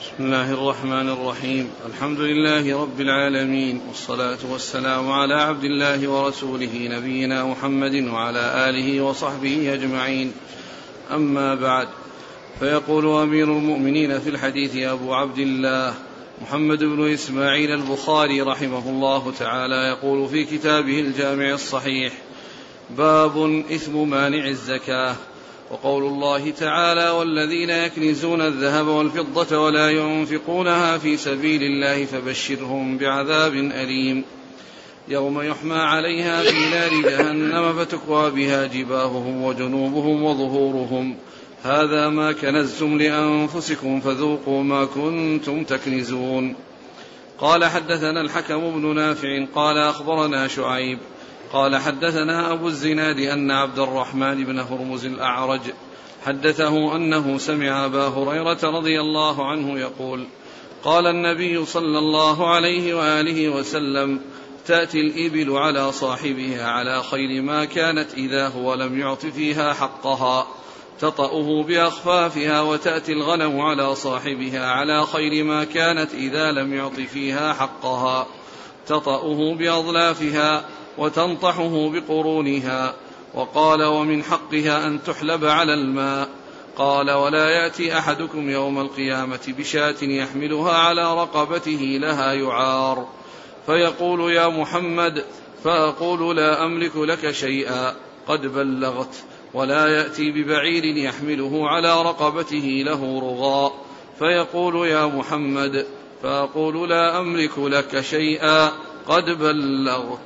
بسم الله الرحمن الرحيم. الحمد لله رب العالمين، والصلاة والسلام على عبد الله ورسوله نبينا محمد وعلى آله وصحبه أجمعين. أما بعد، فيقول أمير المؤمنين في الحديث أبو عبد الله محمد بن إسماعيل البخاري رحمه الله تعالى، يقول في كتابه الجامع الصحيح: باب إثم مانع الزكاة. وقول الله تعالى: والذين يكنزون الذهب والفضة ولا ينفقونها في سبيل الله فبشرهم بعذاب أليم يوم يحمى عليها في نار جهنم فتكوى بها جباههم وجنوبهم وظهورهم هذا ما كنزتم لأنفسكم فذوقوا ما كنتم تكنزون. قال: حدثنا الحكم بن نافع قال أخبرنا شعيب قال حدثنا أبو الزناد أن عبد الرحمن بن هرمز الأعرج حدثه أنه سمع أبا هريرة رضي الله عنه يقول: قال النبي صلى الله عليه وآله وسلم: تأتي الإبل على صاحبها على خير ما كانت إذا هو لم يعط فيها حقها تطأه بأخفافها، وتأتي الغنم على صاحبها على خير ما كانت إذا لم يعط فيها حقها تطأه بأظلافها وتنطحه بقرونها. وقال: ومن حقها أن تحلب على الماء. قال: ولا يأتي أحدكم يوم القيامة بشاة يحملها على رقبته لها يعار فيقول: يا محمد، فأقول: لا أملك لك شيئا قد بلغت. ولا يأتي ببعير يحمله على رقبته له رغاء فيقول: يا محمد، فأقول: لا أملك لك شيئا قد بلغت.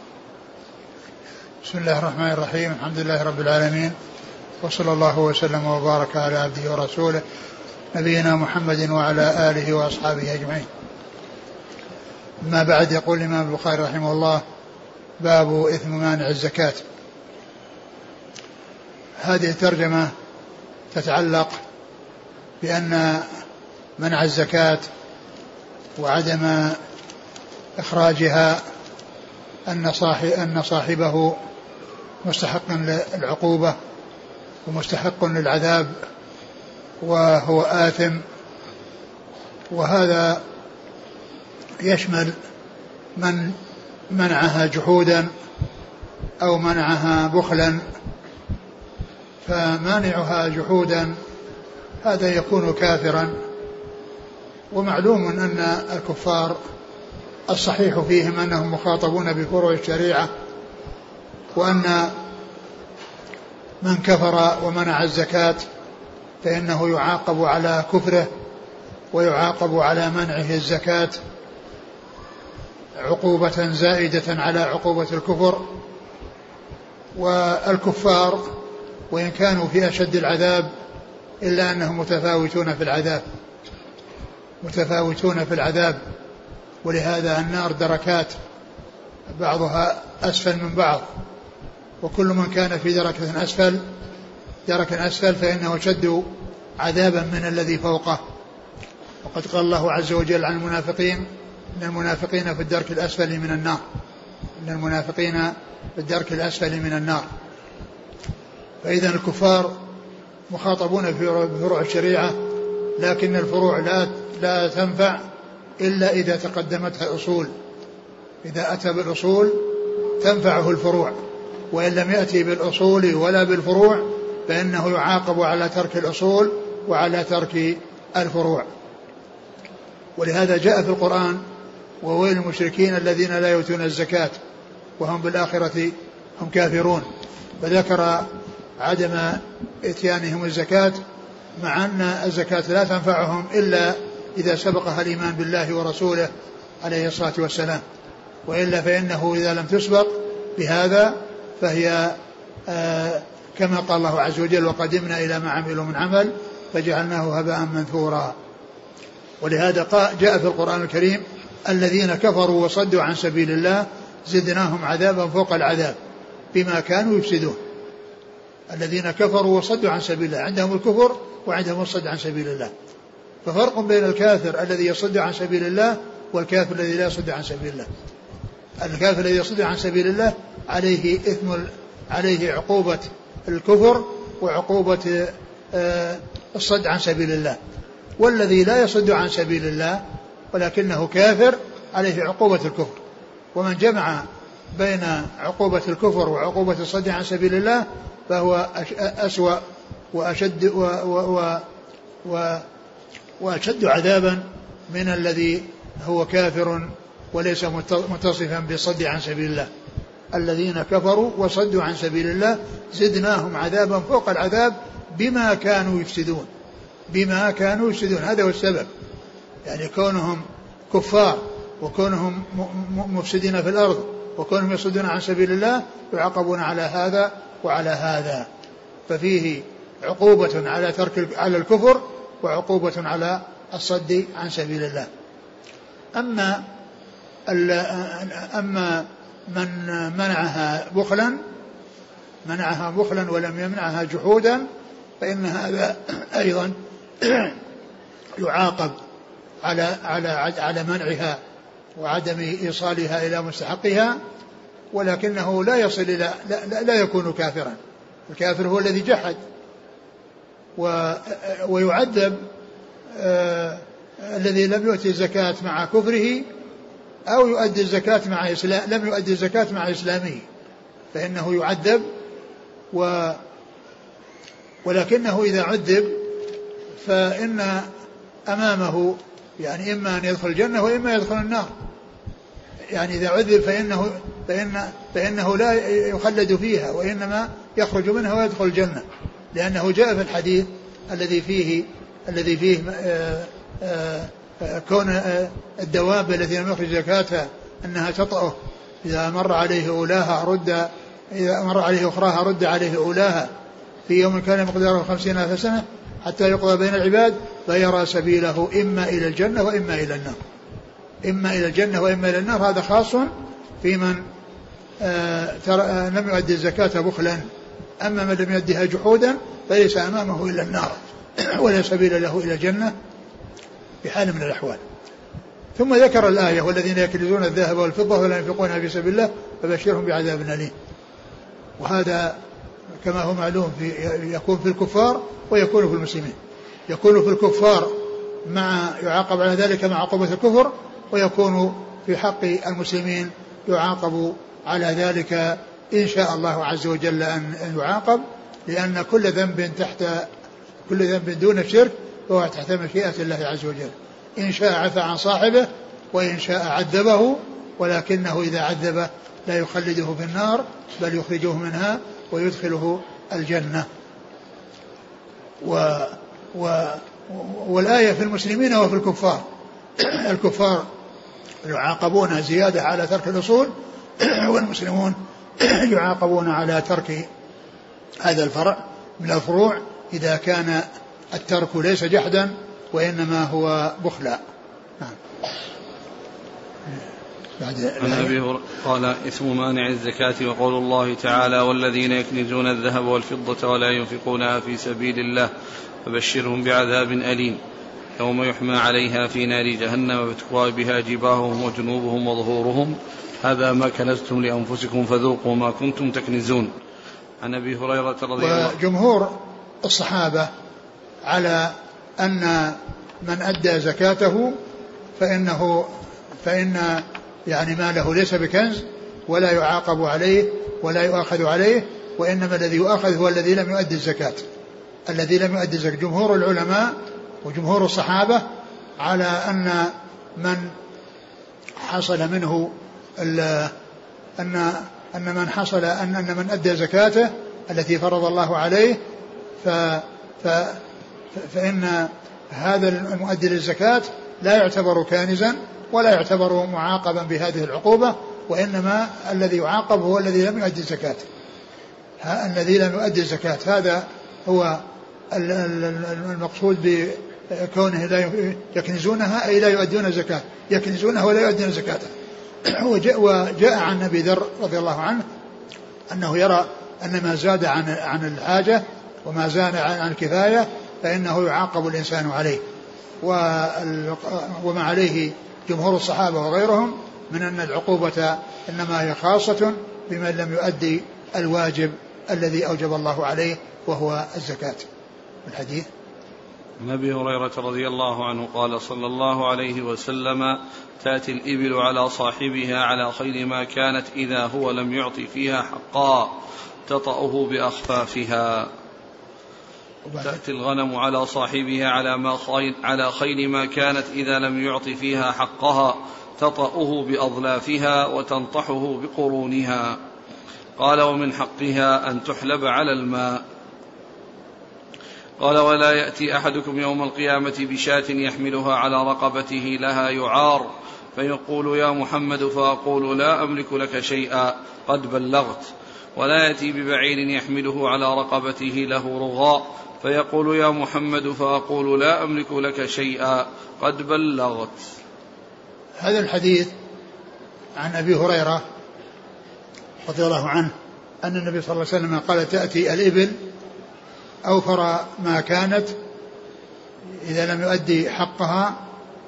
بسم الله الرحمن الرحيم. الحمد لله رب العالمين، وصلى الله وسلم وبارك على عبده ورسوله نبينا محمد وعلى آله وأصحابه أجمعين. ما بعد، يقول الإمام البخاري رحمه الله: باب إثم مانع الزكاة. هذه الترجمة تتعلق بأن منع الزكاة وعدم إخراجها أن صاحبه مستحق للعقوبة ومستحق للعذاب وهو آثم، وهذا يشمل من منعها جحودا أو منعها بخلا. فمانعها جحودا هذا يكون كافرا، ومعلوم أن الكفار الصحيح فيهم أنهم مخاطبون بفروع الشريعة، وأن من كفر ومنع الزكاة فإنه يعاقب على كفره ويعاقب على منعه الزكاة عقوبة زائدة على عقوبة الكفر. والكفار وإن كانوا في أشد العذاب إلا أنهم متفاوتون في العذاب، ولهذا النار دركات بعضها أسفل من بعض، وكل من كان في درك أسفل فإنه شد عذابا من الذي فوقه. وقد قال الله عز وجل عن المنافقين: إن المنافقين في الدرك الأسفل من النار. فإذا الكفار مخاطبون بفروع الشريعة، لكن الفروع لا تنفع إلا إذا تقدمتها الأصول. إذا أتى بالأصول تنفعه الفروع، وإن لم يأتي بالأصول ولا بالفروع فإنه يعاقب على ترك الأصول وعلى ترك الفروع. ولهذا جاء في القرآن: وويل المشركين الذين لا يؤتون الزكاة وهم بالآخرة هم كافرون. فذكر عدم إتيانهم الزكاة، مع أن الزكاة لا تنفعهم إلا إذا سبقها الإيمان بالله ورسوله عليه الصلاة والسلام، وإلا فإنه إذا لم تسبق بهذا فهي كما قال الله عز وجل: وقدمنا إلى ما عملوا من عمل فجعلناه هباء منثورا. ولهذا جاء في القرآن الكريم: الذين كفروا وصدوا عن سبيل الله زدناهم عذابا فوق العذاب بما كانوا يفسدون. الذين كفروا وصدوا عن سبيل الله، عندهم الكفر وعندهم الصد عن سبيل الله. ففرق بين الكافر الذي يصد عن سبيل الله والكافر الذي لا يصد عن سبيل الله. الكافر الذي يصد عن سبيل الله عليه عقوبة الكفر وعقوبة الصد عن سبيل الله. والذي لا يصد عن سبيل الله ولكنه كافر عليه عقوبة الكفر. ومن جمع بين عقوبة الكفر وعقوبة الصد عن سبيل الله فهو أسوأ وأشد عذابا من الذي هو كافر وليس متصفا بالصد عن سبيل الله. الذين كفروا وصدوا عن سبيل الله زدناهم عذابا فوق العذاب بما كانوا يفسدون. هذا هو السبب، يعني كونهم كفار وكونهم مفسدين في الأرض وكونهم يصدون عن سبيل الله يعاقبون على هذا وعلى هذا. ففيه عقوبة على الكفر وعقوبة على الصد عن سبيل الله. أما من منعها بخلا ولم يمنعها جحودا فإن هذا أيضا يعاقب على منعها وعدم إيصالها إلى مستحقها، ولكنه لا يكون كافرا. الكافر هو الذي جحد، ويعذب الذي لم يؤتي الزكاة مع كفره أو يؤدي الزكاة لم يؤدي الزكاة مع إسلامه، فإنه يعذب. ولكنه إذا عذب فإن أمامه يعني إما أن يدخل الجنة وإما يدخل النار. يعني إذا عذب فإنه لا يخلد فيها وإنما يخرج منها ويدخل الجنة، لأنه جاء في الحديث الذي فيه كون الدواب التي لم يخرج زكاتها أنها تطأه إذا مر عليه أولاها إذا مر عليه أخراها رد عليه أولاها في يوم كان مقداره 50,000 سنة حتى يقضى بين العباد فيرى سبيله إما إلى الجنة وإما إلى النار. هذا خاص في من لم يؤدي الزكاة بخلا. أما من لم يؤديها جحودا فليس أمامه إلا النار ولا سبيل له إلى الجنة بحال من الأحوال. ثم ذكر الآية والذين يكنزون الذهب والفضة ولا ينفقونها في سبيل الله فبشرهم بعذاب أليم. وهذا كما هو معلوم يكون في الكفار ويكون في المسلمين. يكون في الكفار يعاقب على ذلك مع عقوبة الكفر، ويكون في حق المسلمين يعاقب على ذلك إن شاء الله عز وجل أن يعاقب، لأن كل ذنب دون الشرك فهو تحت مشيئة الله عز وجل. إن شاء عفى عن صاحبه وإن شاء عذبه، ولكنه إذا عذبه لا يخلده في النار بل يخرجه منها ويدخله الجنة. والآية في المسلمين وفي الكفار. الكفار يعاقبون زيادة على ترك الأصول، والمسلمون يعاقبون على ترك هذا الفرع من الفروع إذا كان الترك ليس جحدا وإنما هو بخلا. عن أبي قال اسم مانع الزكاة وقول الله تعالى والذين يكنزون الذهب والفضة ولا ينفقونها في سبيل الله فبشرهم بعذاب أليم يوم يحمى عليها في نار جهنم فتكوى بها جباههم وجنوبهم وظهورهم هذا ما كنزتم لأنفسكم فذوقوا ما كنتم تكنزون. عن أبي هريرة رضي الله عنه. وجمهور الصحابة على أن من أدى زكاته فإن يعني ماله ليس بكنز ولا يعاقب عليه ولا يؤاخذ عليه، وإنما الذي يؤاخذ هو الذي لم يؤدي الزكاة. جمهور العلماء وجمهور الصحابة على أن من حصل منه أن من أدى زكاته التي فرض الله عليه فإن هذا المؤدي للزكاة لا يعتبر كانزا ولا يعتبر معاقبا بهذه العقوبة، وإنما الذي يعاقب هو الذي لم يؤدي الزكاة. هذا هو المقصود بكونه لا يكنزونها أي لا يؤدون الزكاة، يكنزونها ولا يؤدون الزكاة. وجاء عن أبي ذر رضي الله عنه أنه يرى أن ما زاد عن الحاجة وما زاد عن الكفاية فإنه يعاقب الإنسان عليه، وما عليه جمهور الصحابة وغيرهم من أن العقوبة إنما هي خاصة بمن لم يؤدي الواجب الذي أوجب الله عليه وهو الزكاة. الحديث عن أبي هريرة رضي الله عنه قال صلى الله عليه وسلم: تأتي الإبل على صاحبها على خير ما كانت إذا هو لم يعط فيها حقا تطأه بأخفافها. تأتي الغنم على صاحبها على خير ما كانت إذا لم يعط فيها حقها تطأه بأظلافها وتنطحه بقرونها. قال: ومن حقها أن تحلب على الماء. قال: ولا يأتي أحدكم يوم القيامة بشاة يحملها على رقبته لها يعار فيقول: يا محمد، فأقول: لا أملك لك شيئا قد بلغت. ولا يأتي ببعير يحمله على رقبته له رغاء فيقول: يا محمد، فأقول: لا أملك لك شيئا قد بلغت. هذا الحديث عن أبي هريرة رضي الله عنه أن النبي صلى الله عليه وسلم قال: تأتي الإبل أوفر ما كانت إذا لم يؤدي حقها،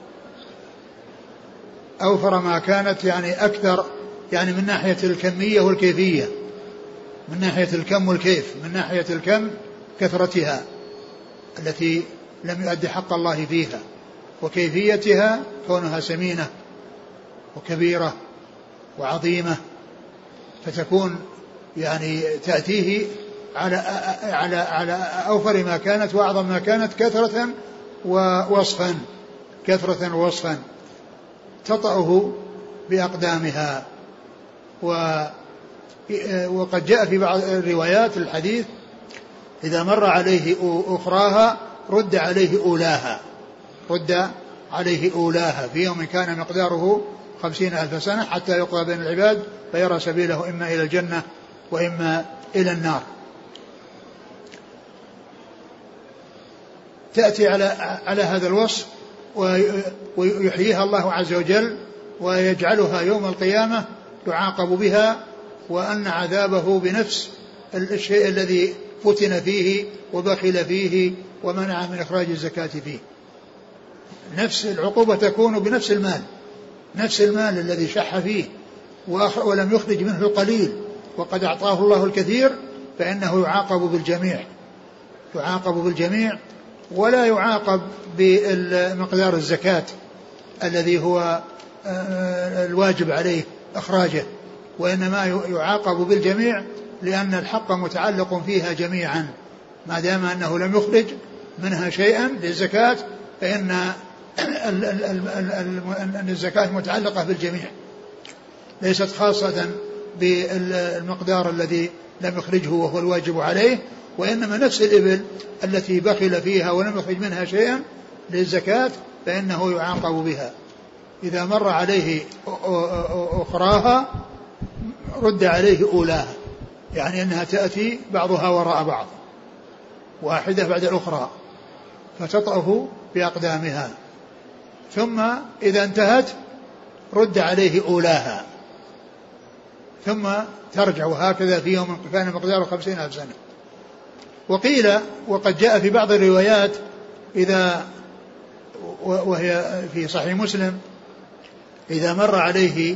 أوفر ما كانت يعني أكثر، يعني من ناحية الكمية والكيفية، من ناحية الكم والكيف. من ناحية الكم كثرتها التي لم يؤدي حق الله فيها، وكيفيتها كونها سمينة وكبيرة وعظيمة، فتكون يعني تأتيه على أوفر ما كانت وأعظم ما كانت كثرة ووصفا تطأه بأقدامها. وقد جاء في بعض الروايات الحديث: إذا مر عليه أخراها رد عليه أولاها في يوم كان مقداره 50,000 سنة حتى يقضى بين العباد فيرى سبيله إما إلى الجنة وإما إلى النار. تأتي على هذا الوصف ويحييها الله عز وجل ويجعلها يوم القيامة يعاقب بها، وأن عذابه بنفس الشيء الذي فتن فيه وبخل فيه ومنع من إخراج الزكاة فيه. نفس العقوبة تكون بنفس المال، نفس المال الذي شح فيه ولم يخرج منه القليل وقد أعطاه الله الكثير، فإنه يعاقب بالجميع ولا يعاقب بمقدار الزكاة الذي هو الواجب عليه إخراجه، وإنما يعاقب بالجميع لأن الحق متعلق فيها جميعا. ما دام أنه لم يخرج منها شيئا للزكاة فإن الزكاة متعلقة بالجميع، ليست خاصة بالمقدار الذي لم يخرجه وهو الواجب عليه، وإنما نفس الإبل التي بخل فيها ولم يخرج منها شيئا للزكاة فإنه يعاقب بها. إذا مر عليه أخراها رد عليه أولاها، يعني أنها تأتي بعضها وراء بعض واحدة بعد الأخرى فتطأه بأقدامها، ثم إذا انتهت رد عليه أولاها ثم ترجع، وهكذا في يوم كان مقداره 50,000 سنة. وقيل وقد جاء في بعض الروايات وهي في صحيح مسلم: إذا مر عليه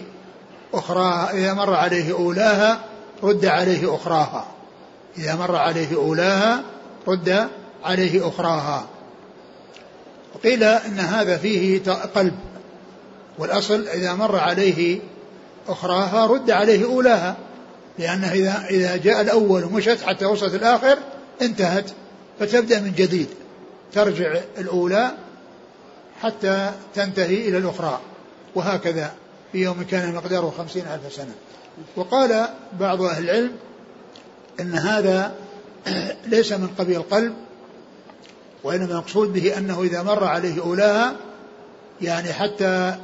أولاها رد عليه أخراها. إذا مر عليه أولاها رد عليه أخراها. وقيل إن هذا فيه قلب، والأصل إذا مر عليه أخراها رد عليه أولاها، لأنه إذا جاء الأول ومشت حتى وصلت الآخر انتهت، فتبدأ من جديد، ترجع الأولى حتى تنتهي إلى الأخرى، وهكذا في يوم كان مقداره 50,000 سنة. وقال بعض أهل العلم إن هذا ليس من قبيل القلب، وإنما مقصود به أنه إذا مر عليه أولاها يعني حتى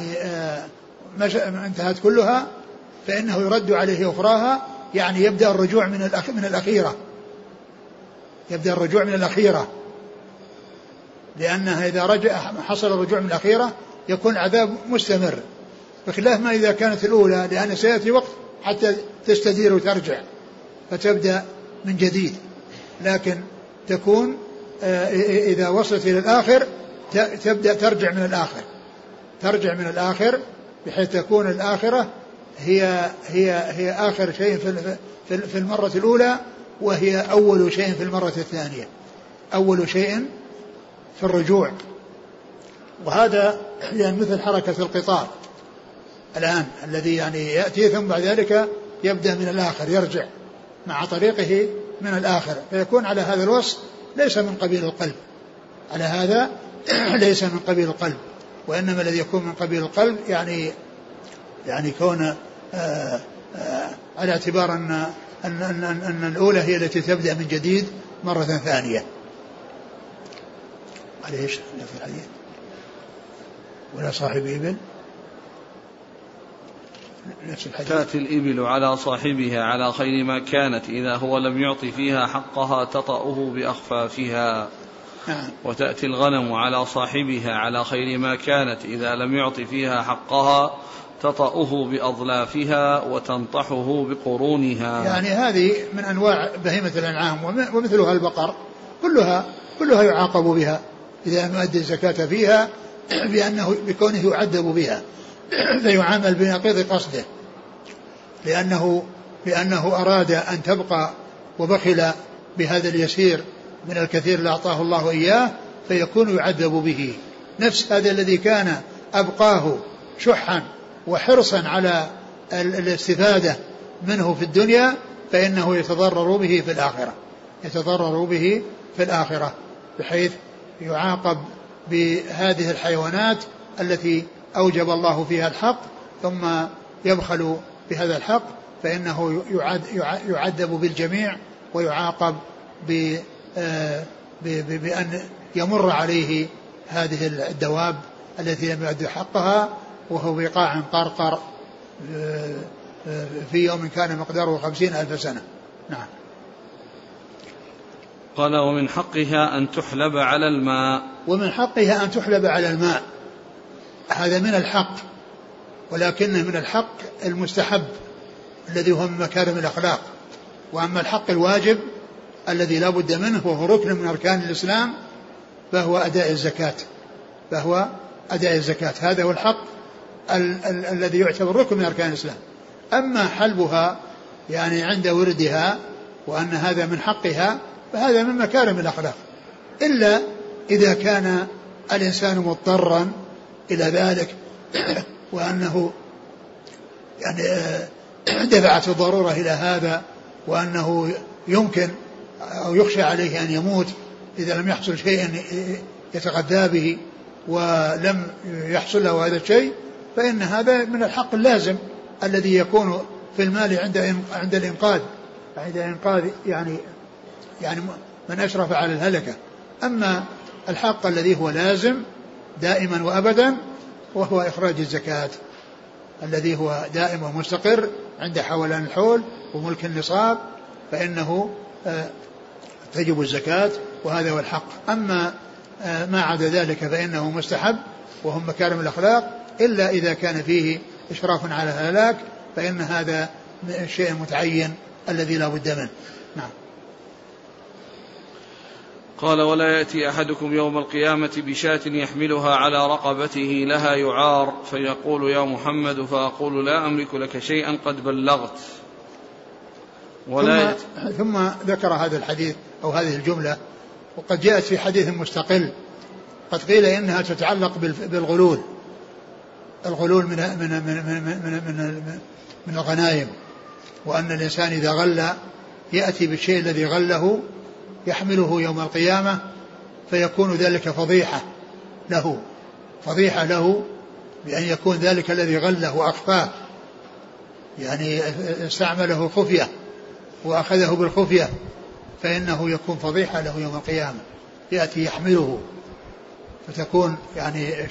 انتهت كلها فإنه يرد عليه أخراها، يعني يبدأ الرجوع من الأخيرة، لأنها إذا حصل الرجوع من الأخيرة يكون عذاب مستمر، بخلاف ما إذا كانت الأولى، لأن سيأتي وقت حتى تستدير وترجع فتبدأ من جديد. لكن تكون إذا وصلت إلى الآخر تبدأ ترجع من الآخر بحيث تكون الآخرة هي آخر شيء في المرة الأولى، وهي أول شيء في المرة الثانية. أول شيء في الرجوع. وهذا يعني مثل حركة القطار الآن الذي يعني يأتي ثم بعد ذلك يبدأ من الآخر يرجع مع طريقه من الآخر، فيكون على هذا الوصف ليس من قبيل القلب، على هذا ليس من قبيل القلب، وإنما الذي يكون من قبيل القلب يعني كون على اعتبار أن الأولى هي التي تبدأ من جديد مرة ثانية. عليه ايش في الحديث؟ ولا صاحب إبل نفس الحديث. تأتي الإبل على صاحبها على خير ما كانت إذا هو لم يعط فيها حقها تطأه بأخفافها. وتأتي الغنم على صاحبها على خير ما كانت إذا لم يعط فيها حقها تطأه بأظلافها وتنطحه بقرونها. يعني هذه من أنواع بهيمة الأنعام، ومثلها البقر كلها يعاقب بها إذا لم يؤدي الزكاة فيها بكونه يعذب بها فيعامل بنقيض قصده، لأنه أراد أن تبقى وبخل بهذا اليسير من الكثير اللي أعطاه الله إياه فيكون يعذب به. نفس هذا الذي كان أبقاه شحا وحرصا على الاستفادة منه في الدنيا فإنه يتضرر به في الآخرة بحيث يعاقب بهذه الحيوانات التي أوجب الله فيها الحق ثم يبخل بهذا الحق فإنه يعذب بالجميع ويعاقب بأن يمر عليه هذه الدواب التي لم يؤدي حقها وهو بقاع قرقر في يوم كان مقداره 50,000 سنة. نعم. قال ومن حقها أن تحلب على الماء. ومن حقها أن تحلب على الماء، هذا من الحق، ولكنه من الحق المستحب الذي هو من مكارم الأخلاق. وأما الحق الواجب الذي لا بد منه وهو ركن من أركان الإسلام فهو أداء الزكاة. هذا هو الحق الذي يعتبر ركن من أركان الإسلام. أما حلبها يعني عند وردها وأن هذا من حقها فهذا من مكارم الأخلاق، إلا إذا كان الإنسان مضطرا إلى ذلك وأنه يعني دفعت الضرورة إلى هذا وأنه يمكن أو يخشى عليه أن يموت إذا لم يحصل شيء يتغذى به ولم يحصل له هذا الشيء، فإن هذا من الحق اللازم الذي يكون في المال عند الإنقاذ يعني من أشرف على الهلكة. أما الحق الذي هو لازم دائما وأبدا وهو إخراج الزكاة الذي هو دائم ومستقر عند حولان الحول وملك النصاب فإنه تجب الزكاة وهذا هو الحق. أما ما عدا ذلك فإنه مستحب وهم مكارم الأخلاق، إلا إذا كان فيه إشراف على الهلاك فإن هذا الشيء المتعين الذي لا بد منه. نعم. قال ولا يأتي أحدكم يوم القيامة بشاة يحملها على رقبته لها يعار فيقول يا محمد فأقول لا أملك لك شيئا قد بلغت. ثم ذكر هذا الحديث أو هذه الجملة وقد جاءت في حديث مستقل قد قيل إنها تتعلق بالغلول من الغنائم، وأن الإنسان إذا غل يأتي بالشيء الذي غله يحمله يوم القيامة فيكون ذلك فضيحة له بأن يكون ذلك الذي غله وأخفاه يعني استعمله خفية وأخذه بالخفية فإنه يكون فضيحة له يوم القيامة. يأتي يحمله فتكون يعني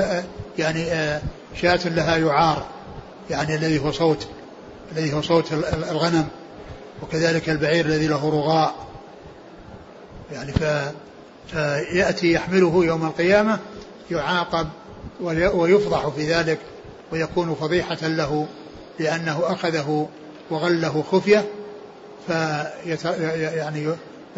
شاة لها يعار يعني الذي هو صوت الغنم، وكذلك البعير الذي له رغاء يعني فيأتي يحمله يوم القيامة يعاقب ويفضح في ذلك ويكون فضيحة له لأنه أخذه وغله خفية يعني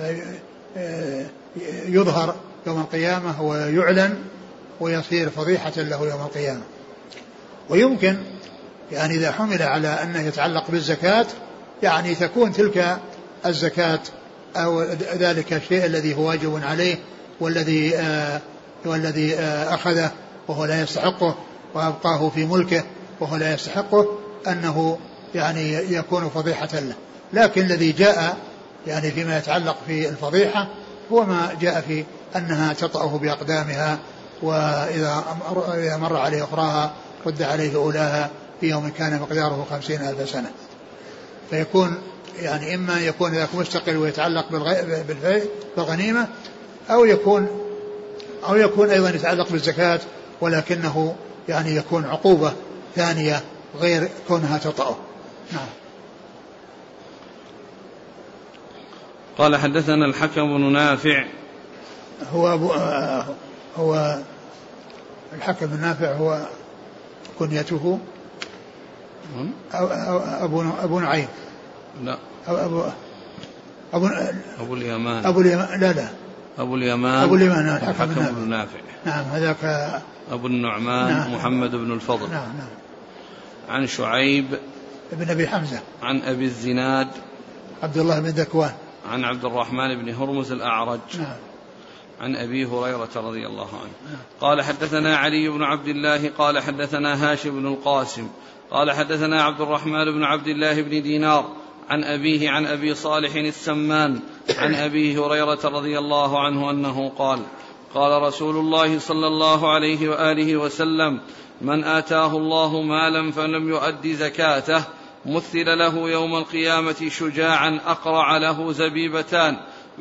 يظهر يوم القيامة ويعلن ويصير فضيحة له يوم القيامة. ويمكن يعني إذا حمل على أنه يتعلق بالزكاة يعني تكون تلك الزكاة أو ذلك الشيء الذي هو واجب عليه والذي أخذه وهو لا يستحقه وأبقاه في ملكه وهو لا يستحقه أنه يعني يكون فضيحة له. لكن الذي جاء يعني فيما يتعلق في الفضيحة هو ما جاء في أنها تطأه بأقدامها، وإذا مر عليه أخراها رد عليه أولاها في يوم كان مقداره 50,000 سنة. فيكون يعني إما يكون ذاك مستقل ويتعلق بالغنيمة، أو يكون أيضا يتعلق بالزكاة ولكنه يعني يكون عقوبة ثانية غير كونها تطأه. نعم. قال حدثنا الحكم بن نافع. هو الحكم بن نافع هو كنيته أبو نعيم. لا. أبو اليمان. لا أبو اليمان الحكم بن نافع. نعم هذاك أبو النعمان. نعم. محمد بن الفضل. نعم. عن شعيب بن أبي حمزة. عن أبي الزناد عبد الله بن ذكوان. عن عبد الرحمن بن هرمز الأعرج. نعم. عن أبي هريرة رضي الله عنه. نعم. قال حدثنا علي بن عبد الله قال حدثنا هاشم بن القاسم قال حدثنا عبد الرحمن بن عبد الله بن دينار عن أبيه عن أبي صالح السمان عن أبي هريرة رضي الله عنه أنه قال قال رسول الله صلى الله عليه وآله وسلم من آتاه الله مالا فلم يؤد زكاته مثل له يوم القيامة شجاعا أقرع له زبيبتان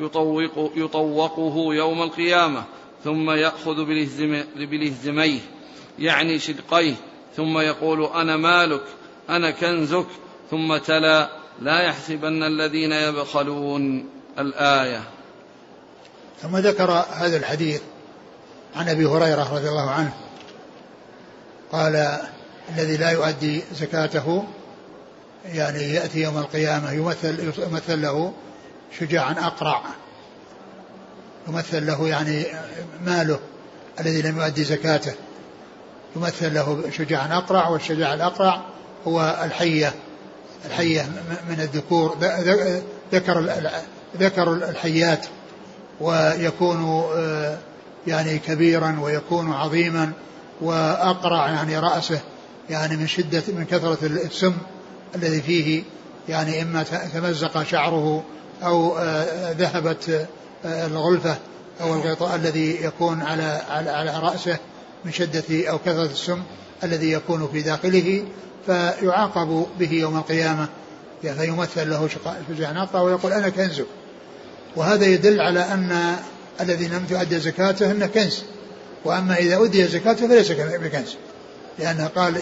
يطوقه يوم القيامة ثم يأخذ بلهزميه يعني شدقيه ثم يقول أنا مالك أنا كنزك ثم تلا لا يحسبن الذين يبخلون الآية. ثم ذكر هذا الحديث عن أبي هريرة رضي الله عنه قال الذي لا يؤدي زكاته يعني يأتي يوم القيامة يمثل له شجاعا أقرع، يمثل له يعني ماله الذي لم يؤدي زكاته يمثل له شجاعا أقرع، والشجاع الأقرع هو الحية من الذكور، ذكر الحيات، ويكون يعني كبيرا ويكون عظيما، وأقرع يعني رأسه يعني من كثرة السم الذي فيه، يعني إما تمزق شعره أو ذهبت الغلفة أو الغطاء الذي يكون على رأسه من شدة أو كثرة السم الذي يكون في داخله، فيعاقب به يوم القيامة فيمثل له شجاع ناقة ويقول أنا كنزك. وهذا يدل على أن الذي لم تؤدي زكاته أنه كنز، وأما إذا أدي زكاته فليس بكنز، لأنه قال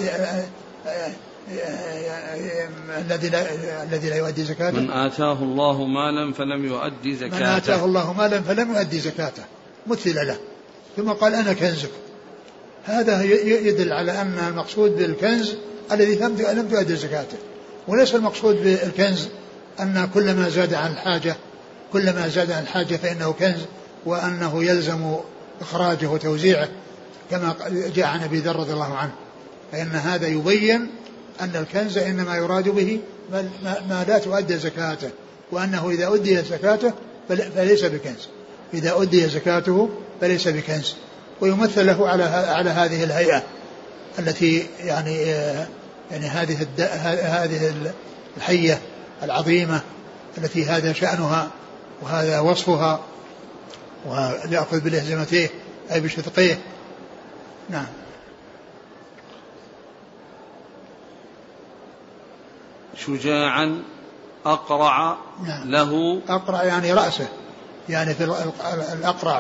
الذي لا يؤدي زكاته من آتاه الله مالا فلم يؤدي زكاته، من آتاه الله مالا فلم يؤدي زكاته مثل له، ثم قال أنا كنزك. هذا يدل على أن المقصود بالكنز الذي لم تؤدي زكاته، وليس المقصود بالكنز أن كلما زاد عن الحاجة فإنه كنز، وأنه يلزم إخراجه وتوزيعه كما جاء عن أبي ذر رضي الله عنه. فإن هذا يبين أن الكنز إنما يراد به ما لا تؤدي زكاته، وأنه إذا أدي زكاته فليس بكنز، إذا أدي زكاته فليس بكنز. ويمثل له على هذه الهيئة التي يعني هذه الحية العظيمة التي هذا شأنها وهذا وصفها، ويأخذ بلهزمتيه أي بشدقيه. نعم. شجاعا أقرع. نعم. له أقرع يعني رأسه، يعني في الأقرع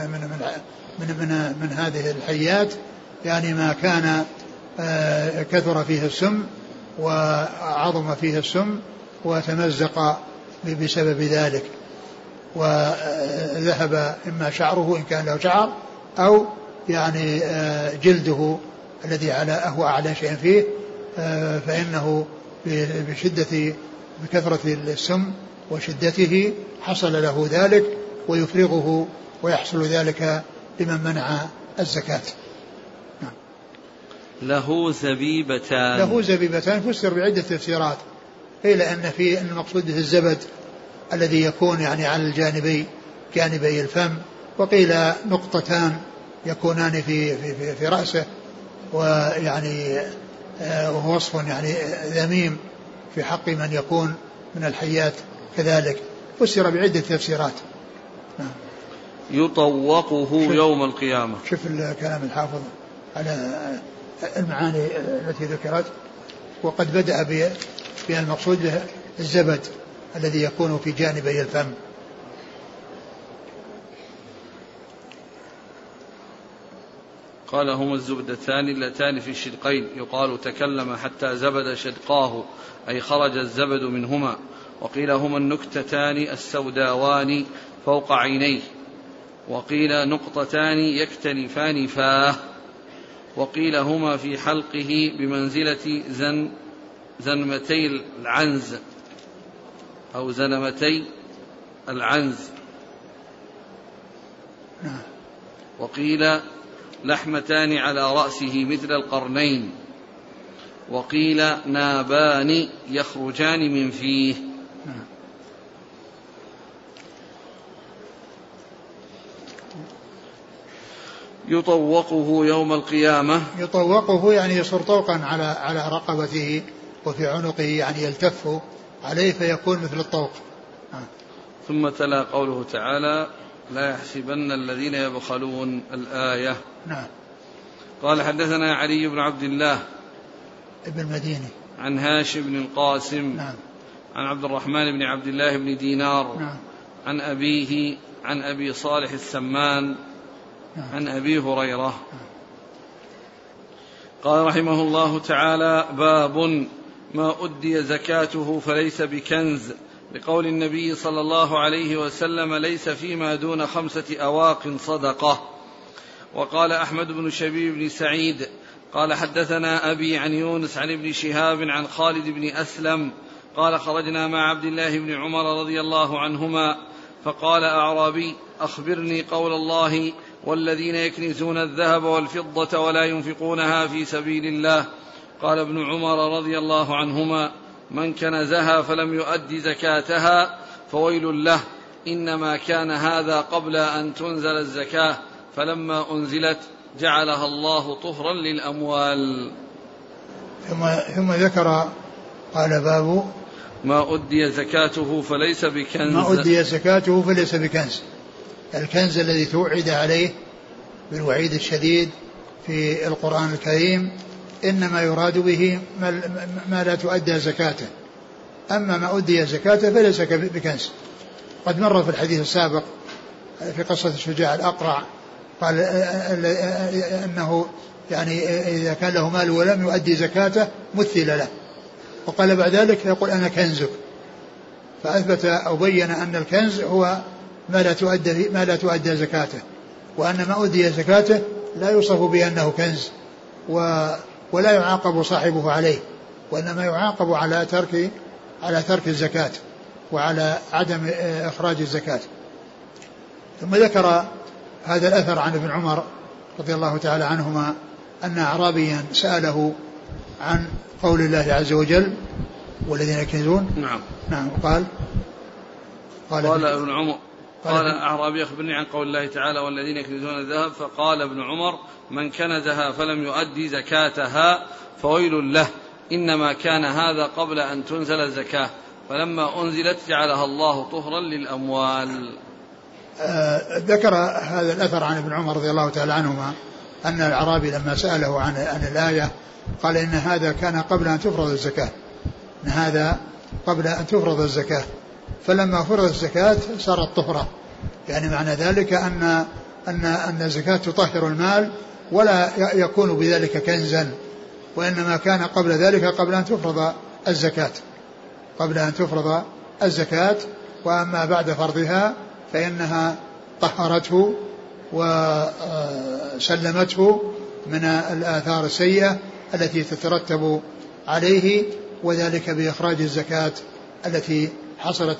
من هذه الحيات، يعني ما كان كثر فيه السم وعظم فيه السم وتمزق بسبب ذلك، وذهب إما شعره إن كان له شعر أو يعني جلده الذي هو أعلى شيء فيه، فإنه بكثرة السم وشدته حصل له ذلك ويفرغه ويحصل ذلك لمن منع الزكاة. نعم. له زبيبتان فسر بعدة تفسيرات، قيل أن المقصود به الزبد الذي يكون يعني على جانبي الفم، وقيل نقطتان يكونان في رأسه، ويعني وهو وصف يعني ذميم في حق من يكون من الحيات كذلك، فسر بعدة تفسيرات. يطوقه يوم القيامة. شوف الكلام الحافظ على المعاني التي ذكرت، وقد بدأ بالمقصود به الزبد الذي يكون في جانبي الفم. قال هما الزبدتان اللتان في الشدقين، يقال تكلم حتى زبد شدقاه أي خرج الزبد منهما. وقيل هما النكتتان السوداوان فوق عينيه، وقيل نقطتان يكتنفان فاه، وقيل هما في حلقه بمنزلة زنمتي العنز أو زنمتي العنز. وقيل لحمتان على رأسه مثل القرنين، وقيل نابان يخرجان من فيه. يطوقه يوم القيامة. يطوقه يعني يصير طوقا على رقبته وفي عنقه، يعني يلتف عليه فيكون مثل الطوق. ثم تلا قوله تعالى لا يحسبن الذين يبخلون الآية. نعم. قال حدثنا علي بن عبد الله ابن المديني عن هاشم بن القاسم. نعم. عن عبد الرحمن بن عبد الله بن دينار. نعم. عن أبيه عن أبي صالح السمان. نعم. عن أبي هريرة. قال رحمه الله تعالى باب ما أدي زكاته فليس بكنز، لقول النبي صلى الله عليه وسلم ليس فيما دون 5 أواق صدقة. وقال أحمد بن شبيب بن سعيد قال حدثنا أبي عن يونس عن ابن شهاب عن خالد بن أسلم قال خرجنا مع عبد الله بن عمر رضي الله عنهما فقال أعرابي أخبرني قول الله والذين يكنزون الذهب والفضة ولا ينفقونها في سبيل الله. قال ابن عمر رضي الله عنهما من كنزها فلم يؤد زكاتها فويل له، إنما كان هذا قبل أن تنزل الزكاة، فلما أنزلت جعلها الله طهرا للأموال. ثم ذكر قال باب ما أدي زكاته فليس بكنز. ما أدي زكاته فليس بكنز، الكنز الذي توعد عليه بالوعيد الشديد في القرآن الكريم إنما يراد به ما لا تؤدى زكاته، أما ما أدي زكاته فليس بكنز. قد مر في الحديث السابق في قصة الشجاع الأقرع قال أنه يعني إذا كان له مال ولم يؤدي زكاته مثل له، وقال بعد ذلك يقول أنا كنزك، فأثبت أو بين أن الكنز هو ما لا تؤدى زكاته، وأن ما أدي زكاته لا يوصف بأنه كنز ولا يعاقب صاحبه عليه، وإنما يعاقب على ترك الزكاة وعلى عدم إخراج الزكاة. ثم ذكر هذا الأثر عن ابن عمر رضي الله تعالى عنهما أن أعرابيا سأله عن قول الله عز وجل والذين يكنزون. نعم. قال ابن عمر قال أعرابي أخبرني عن قول الله تعالى والذين يكنزون الذهب، فقال ابن عمر من كنزها فلم يؤدي زكاتها فويل له، إنما كان هذا قبل أن تنزل الزكاة، فلما أنزلت جعلها الله طهرا للأموال. ذكر هذا الأثر عن ابن عمر رضي الله تعالى عنهما أن الأعرابي لما سأله عن الآية قال إن هذا كان قبل أن تفرض الزكاة، إن هذا قبل أن تفرض الزكاة، فلما فرض الزكاة صارت طهرة، يعني معنى ذلك أن الزكاة تطهر المال ولا يكون بذلك كنزا، وإنما كان قبل ذلك قبل أن تفرض الزكاة، وأما بعد فرضها فإنها طهرته وسلمته من الآثار السيئة التي تترتب عليه، وذلك بإخراج الزكاة التي حصل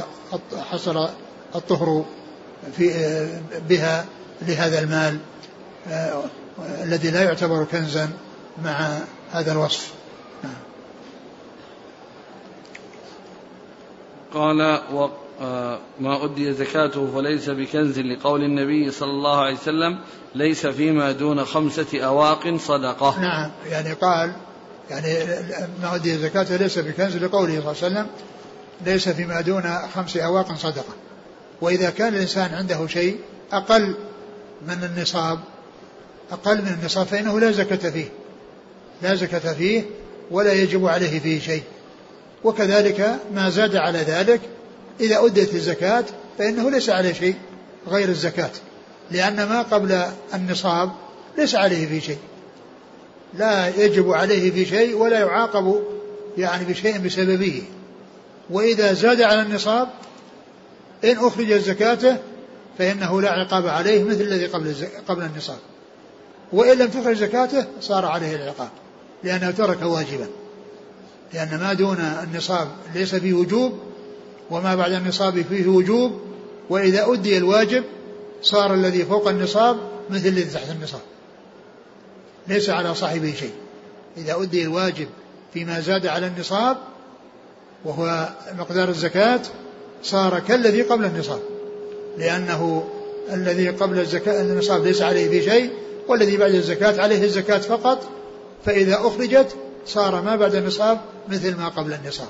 الطهر بها لهذا المال الذي لا يعتبر كنزا مع هذا الوصف. قال ما أدي زكاته فليس بكنز لقول النبي صلى الله عليه وسلم ليس فيما دون 5 أواق صدقة. نعم، يعني قال يعني ما أدي زكاته ليس بكنز لقوله صلى الله عليه وسلم ليس فيما دون 5 أواق صدقة. وإذا كان الإنسان عنده شيء أقل من النصاب فإنه لا زكاة فيه ولا يجب عليه فيه شيء. وكذلك ما زاد على ذلك إذا أدت الزكاة فإنه ليس عليه شيء غير الزكاة، لأن ما قبل النصاب ليس عليه فيه شيء، لا يجب عليه فيه شيء ولا يعاقب يعني بشيء بسببه. وإذا زاد على النصاب إن أخرج زكاته فإنه لا عقاب عليه مثل الذي قبل النصاب، وإن لم تخرج زكاته صار عليه العقاب لأنه ترك واجبا، لأن ما دون النصاب ليس فيه وجوب وما بعد النصاب فيه وجوب. وإذا أدي الواجب صار الذي فوق النصاب مثل الذي تحت النصاب، ليس على صاحبه شيء. إذا أدي الواجب فيما زاد على النصاب وهو مقدار الزكاة صار كالذي قبل النصاب، لأنه الذي قبل النصاب ليس عليه فيه شيء، والذي بعد الزكاة عليه الزكاة فقط، فإذا أخرجت صار ما بعد النصاب مثل ما قبل النصاب.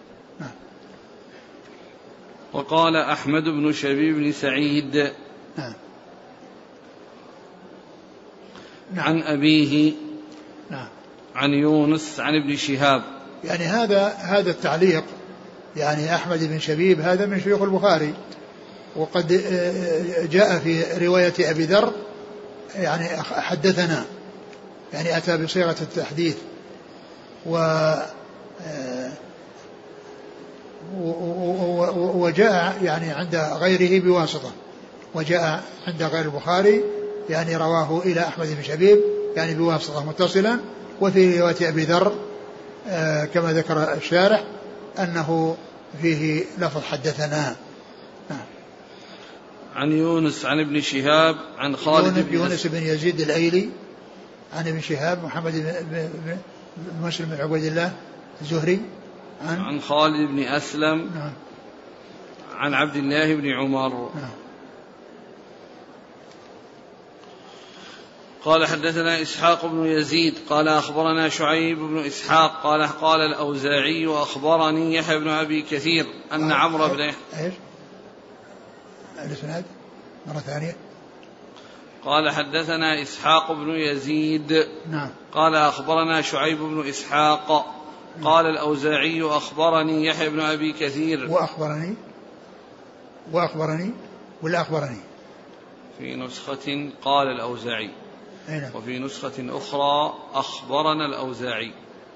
وقال أحمد بن شبيب بن سعيد عن أبيه عن يونس عن ابن شهاب. يعني هذا التعليق، يعني أحمد بن شبيب هذا من شيوخ البخاري، وقد جاء في رواية أبي ذر يعني حدثنا، يعني أتى بصيغة التحديث. وجاء يعني عند غيره بواسطة، وجاء عند غير البخاري يعني رواه إلى أحمد بن شبيب يعني بواسطة متصلا. وفي رواية أبي ذر كما ذكر الشارح أنه فيه لفظ حدثنا. عن يونس عن ابن شهاب عن خالد بن يونس بن يزيد الأيلي عن ابن شهاب محمد بن مسلم بن عبيد الله الزهري عن خالد بن أسلم عن عبد الله بن عمر. قال حدثنا إسحاق بن يزيد قال أخبرنا شعيب بن إسحاق قال الأوزاعي وأخبرني يحيى بن أبي كثير أن عمرو بن الإسناد مرة ثانية. قال حدثنا إسحاق بن يزيد قال أخبرنا شعيب بن إسحاق قال الأوزاعي أخبرني يحيى بن أبي كثير وأخبرني ولا أخبرني في نسخة قال الأوزاعي وفي نسخة أخرى أخبرنا الأوزاعي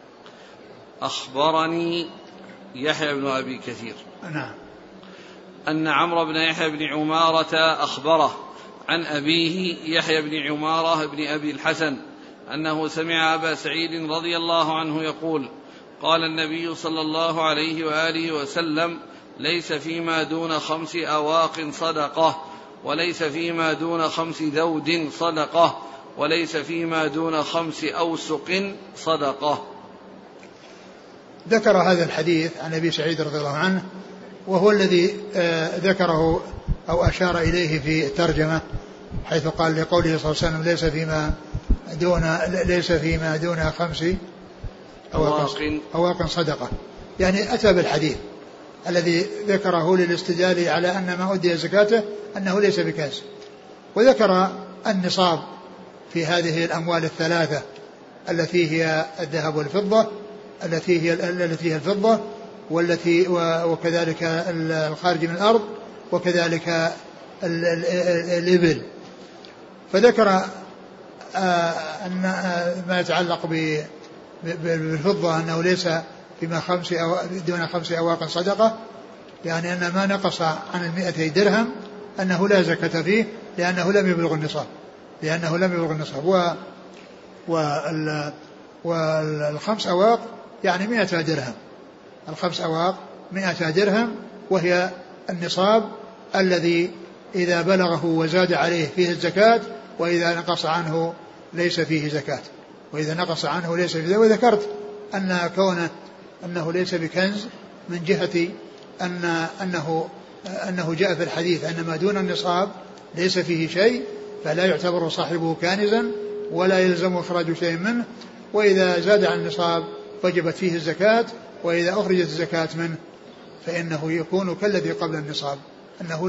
أخبرني يحيى بن أبي كثير أن عمرو بن يحيى بن عمارة أخبره عن أبيه يحيى بن عمارة بن أبي الحسن أنه سمع أبا سعيد رضي الله عنه يقول قال النبي صلى الله عليه وآله وسلم ليس فيما دون 5 أواق صدقة وليس فيما دون 5 ذود صدقة وليس فيما دون 5 أوسق صدقة. ذكر هذا الحديث عن أبي سعيد رضي الله عنه، وهو الذي ذكره أو أشار إليه في الترجمة حيث قال لقوله صلى الله عليه وسلم ليس فيما دون 5 أواق صدقة، يعني أتى بالحديث الذي ذكره للاستدلال على أن ما أدي زكاته أنه ليس بكاس. وذكر النصاب في هذه الأموال الثلاثة التي هي الذهب والفضة، التي هي الفضة وكذلك الخارج من الأرض وكذلك الإبل. فذكر أن ما يتعلق بالفضة أنه ليس فيما دون 5 أواق صدقة، يعني أن ما نقص عن 200 درهم أنه لا زكاة فيه لأنه لم يبلغ النصاب. والخمس أواق يعني 100 درهم، الخمس أواق 100 درهم، وهي النصاب الذي إذا بلغه وزاد عليه فيه الزكاة، وإذا نقص عنه ليس فيه زكاة. وذكرت أن كونه أنه ليس بكنز من جهة أنه أنه جاء في الحديث أن ما دون النصاب ليس فيه شيء فلا يعتبر صاحبه كانزا ولا يلزم إخراج شيء منه، وإذا زاد عن النصاب وجبت فيه الزكاة، وإذا أخرجت الزكاة منه فإنه يكون كالذي قبل النصاب، أنه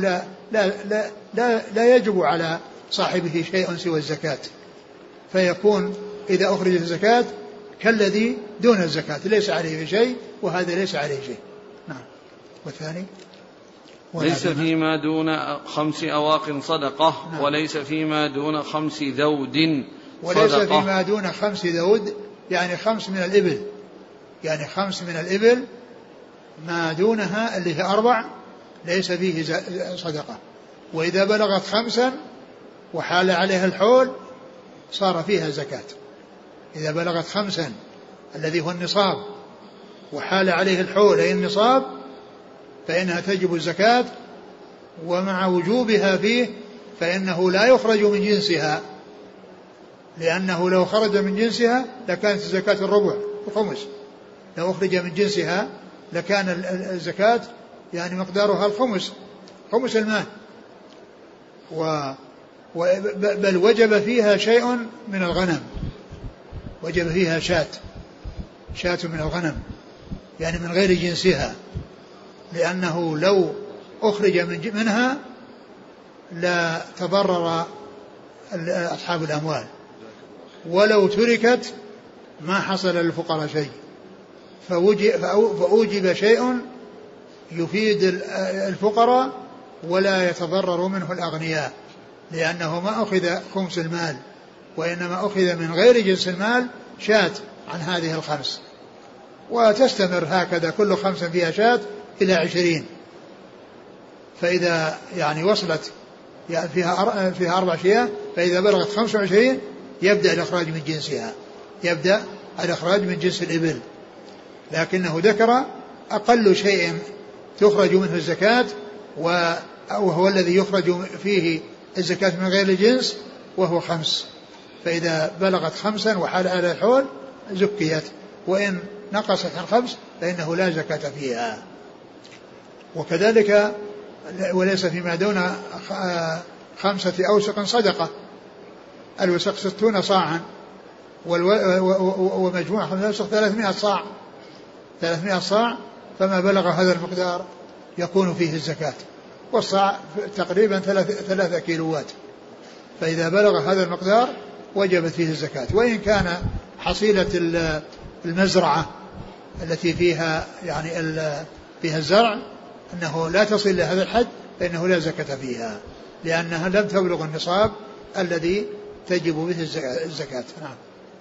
لا يجب على صاحبه شيء سوى الزكاة، فيكون إذا أخرجت الزكاة كالذي دون الزكاة ليس عليه شيء وهذا ليس عليه شيء. نعم. والثاني ليس فيما دون 5 أواق صدقة. نعم. وليس فيما دون 5 ذود صدقة. وليس فيما دون 5 ذود يعني 5 من الإبل، يعني 5 من الإبل ما دونها اللي هي 4 ليس فيه صدقة، وإذا بلغت 5 وحال عليها الحول صار فيها زكاة. إذا بلغت 5 الذي هو النصاب وحال عليه الحول أي النصاب فإنها تجب الزكاة، ومع وجوبها فيه فإنه لا يخرج من جنسها، لأنه لو خرج من جنسها لكانت الزكاة الربع الخمس، لو أخرج من جنسها لكان الزكاة يعني مقدارها الخمس، خمس المال، بل وجب فيها شيء من الغنم، وجب فيها شاة من الغنم يعني من غير جنسها، لأنه لو أخرج منها لا تضرر أصحاب الأموال، ولو تركت ما حصل للفقراء شيء، فأوجب شيء يفيد الفقراء ولا يتضرر منه الأغنياء، لأنه ما أخذ خمس المال وإنما أخذ من غير جنس المال شاة عن هذه الخمس، وتستمر هكذا كل 5 فيها شاة إلى 20، فإذا يعني وصلت يعني فيها 4 شياه، فإذا بلغت 25 يبدأ الإخراج من جنسها، يبدأ الإخراج من جنس الإبل، لكنه ذكر أقل شيء تخرج منه الزكاة وهو الذي يخرج فيه الزكاة من غير الجنس وهو 5، فإذا بلغت 5 وحال على الحول زكيت، وإن نقصت عن 5 فإنه لا زكاة فيها. وكذلك وليس فيما دون 5 أوسق صدقة، الوسق 60 صاعا ومجموع 5 أوسق 300 صاع، فما بلغ هذا المقدار يكون فيه الزكاة، والصاع تقريبا 3 كيلوات، فإذا بلغ هذا المقدار وجبت فيه الزكاة، وإن كان حصيلة المزرعة التي فيها يعني فيها الزرع أنه لا تصل لهذا الحد فإنه لا زكاة فيها، لأنها لم تبلغ النصاب الذي تجب به الزكاة. نعم.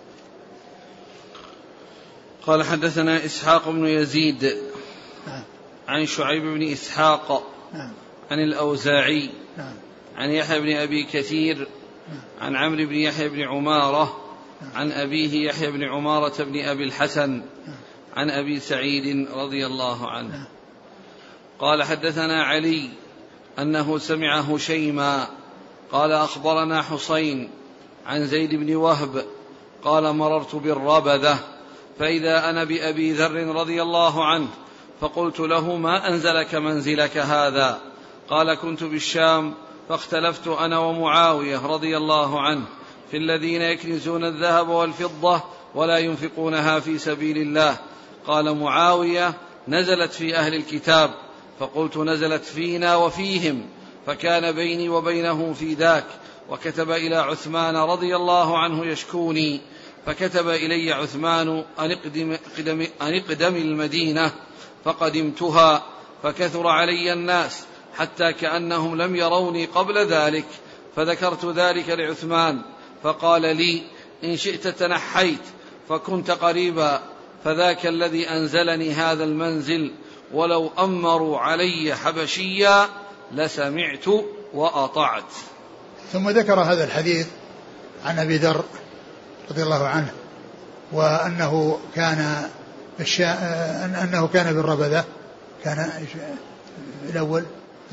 قال حدثنا إسحاق بن يزيد عن شعيب بن إسحاق عن الأوزاعي عن يحيى بن أبي كثير عن عمرو بن يحيى بن عمارة عن أبيه يحيى بن عمارة بن أبي الحسن عن أبي سعيد رضي الله عنه قال حدثنا علي أنه سمع هشيما قال أخبرنا حسين عن زيد بن وهب قال مررت بالربذة فإذا أنا بأبي ذر رضي الله عنه فقلت له ما أنزلك منزلك هذا؟ قال كنت بالشام فاختلفت أنا ومعاوية رضي الله عنه في الذين يكنزون الذهب والفضة ولا ينفقونها في سبيل الله. قال معاوية نزلت في أهل الكتاب، فقلت نزلت فينا وفيهم، فكان بيني وبينه في ذاك، وكتب إلى عثمان رضي الله عنه يشكوني، فكتب إلي عثمان أن اقدم المدينة، فقدمتها فكثر علي الناس حتى كأنهم لم يروني قبل ذلك، فذكرت ذلك لعثمان فقال لي إن شئت تنحيت فكنت قريبا، فذاك الذي أنزلني هذا المنزل، ولو أمروا علي حبشيا لسمعت وأطعت. ثم ذكر هذا الحديث عن أبي ذر رضي الله عنه وأنه كان أنه كان بالربذة، كان الأول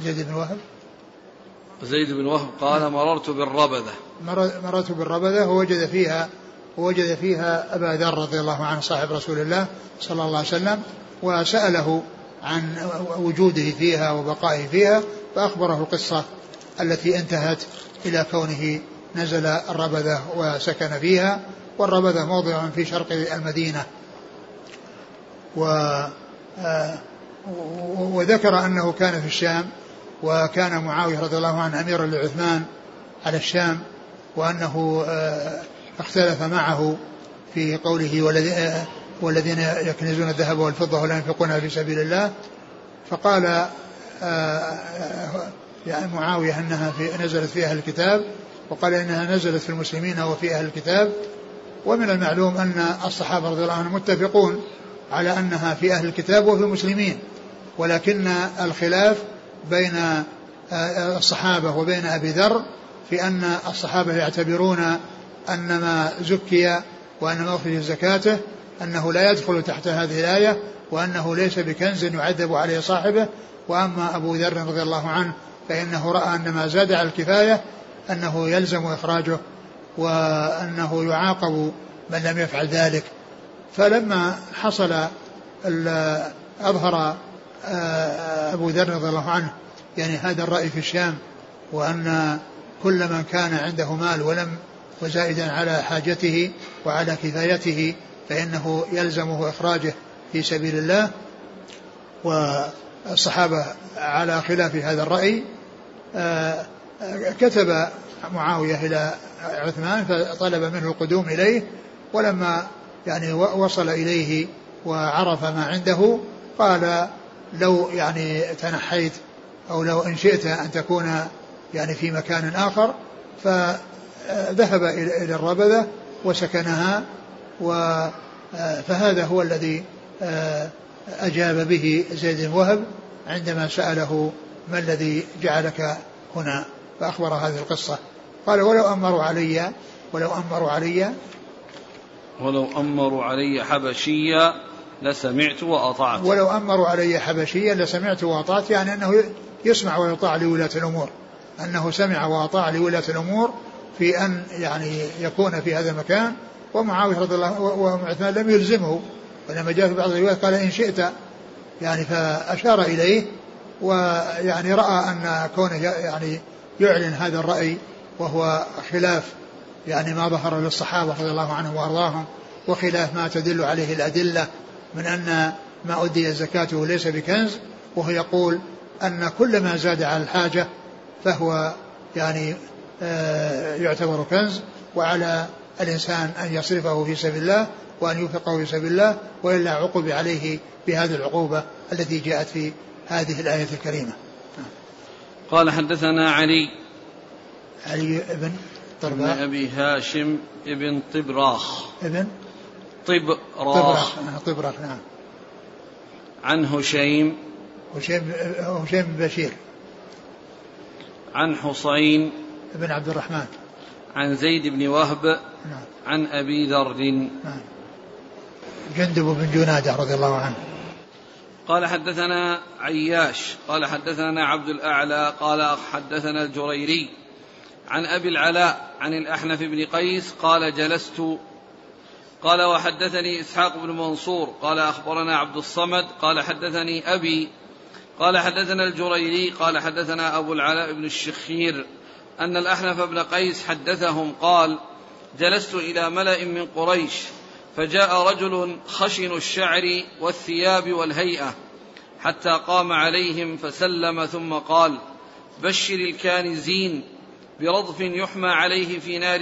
زيد بن وهب قال مررت بالربذة ووجد فيها أبا ذر رضي الله عنه صاحب رسول الله صلى الله عليه وسلم، وسأله عن وجوده فيها وبقائه فيها، فأخبره القصة التي انتهت إلى كونه نزل الربذة وسكن فيها، والربذة موضع في شرق المدينة. وذكر أنه كان في الشام، وكان معاوية رضي الله عنه أميرا لعثمان على الشام، وأنه اختلف معه في قوله والذين يكنزون الذهب والفضة ولا ينفقونها في سبيل الله، فقال يعني معاوية أنها نزلت في أهل الكتاب، وقال إنها نزلت في المسلمين وفي أهل الكتاب. ومن المعلوم أن الصحابة رضي الله عنهم متفقون على أنها في أهل الكتاب وفي المسلمين، ولكن الخلاف بين الصحابة وبين أبي ذر في أن الصحابة يعتبرون أن ما زكي وأن ما أخرج زكاته أنه لا يدخل تحت هذه الآية، وأنه ليس بكنز يعذب عليه صاحبه. وأما أبو ذر رضي الله عنه فإنه رأى أن ما زاد على الكفاية أنه يلزم إخراجه، وأنه يعاقب من لم يفعل ذلك. فلما حصل أظهر أبو ذر رضي الله عنه يعني هذا الرأي في الشام، وأن كل من كان عنده مال وزائدا على حاجته وعلى كفايته فإنه يلزمه إخراجه في سبيل الله. والصحابة على خلاف هذا الرأي. كتب معاوية إلى عثمان فطلب منه القدوم إليه، ولما يعني وصل إليه وعرف ما عنده قال لو يعني تنحيت أو لو إن شئت أن تكون يعني في مكان آخر، فذهب إلى الربذة وسكنها. فهذا هو الذي أجاب به زيد بن وهب عندما سأله ما الذي جعلك هنا، فأخبر هذه القصة. قال ولو أمروا علي حبشيا لسمعت وأطعت. ولو أمروا علي حبشيا لسمعت وأطعت، يعني أنه يسمع ويطاع لولاة الأمور، أنه سمع وأطاع لولاة الأمور في أن يعني يكون في هذا المكان. ومعاوية رضي الله وعثمان لم يلزمه، ولما جاء في بعض الروايات قال إن شئت، يعني فأشار إليه، ويعني رأى أن كونه يعني يعلن هذا الرأي وهو خلاف يعني ما ظهر للصحابة رضي الله عنهم وأرضاهم، وخلاف ما تدل عليه الأدلة من أن ما أدي زكاته ليس بكنز، وهو يقول أن كل ما زاد على الحاجة فهو يعني يعتبر كنز، وعلى الإنسان أن يصرفه في سبيل الله وأن ينفقه في سبيل الله، وإلا عقب عليه بهذه العقوبة التي جاءت في هذه الآية الكريمة. قال حدثنا علي بن أبي هاشم ابن طبراخ نعم. عن هشيم بن بشير، عن حصين بن عبد الرحمن، عن زيد بن وهب، نعم. عن أبي ذر، نعم. جندب بن جنادة رضي الله عنه. قال حدثنا عياش قال حدثنا عبد الأعلى قال حدثنا الجريري عن أبي العلاء عن الأحنف بن قيس قال جلست. قال وحدثني إسحاق بن منصور قال أخبرنا عبد الصمد قال حدثني أبي قال حدثنا الجريري قال حدثنا أبو العلاء بن الشخير أن الأحنف بن قيس حدثهم قال جلست إلى ملأ من قريش، فجاء رجل خشن الشعر والثياب والهيئة حتى قام عليهم فسلم ثم قال بشر الكانزين برضف يحمى عليه في نار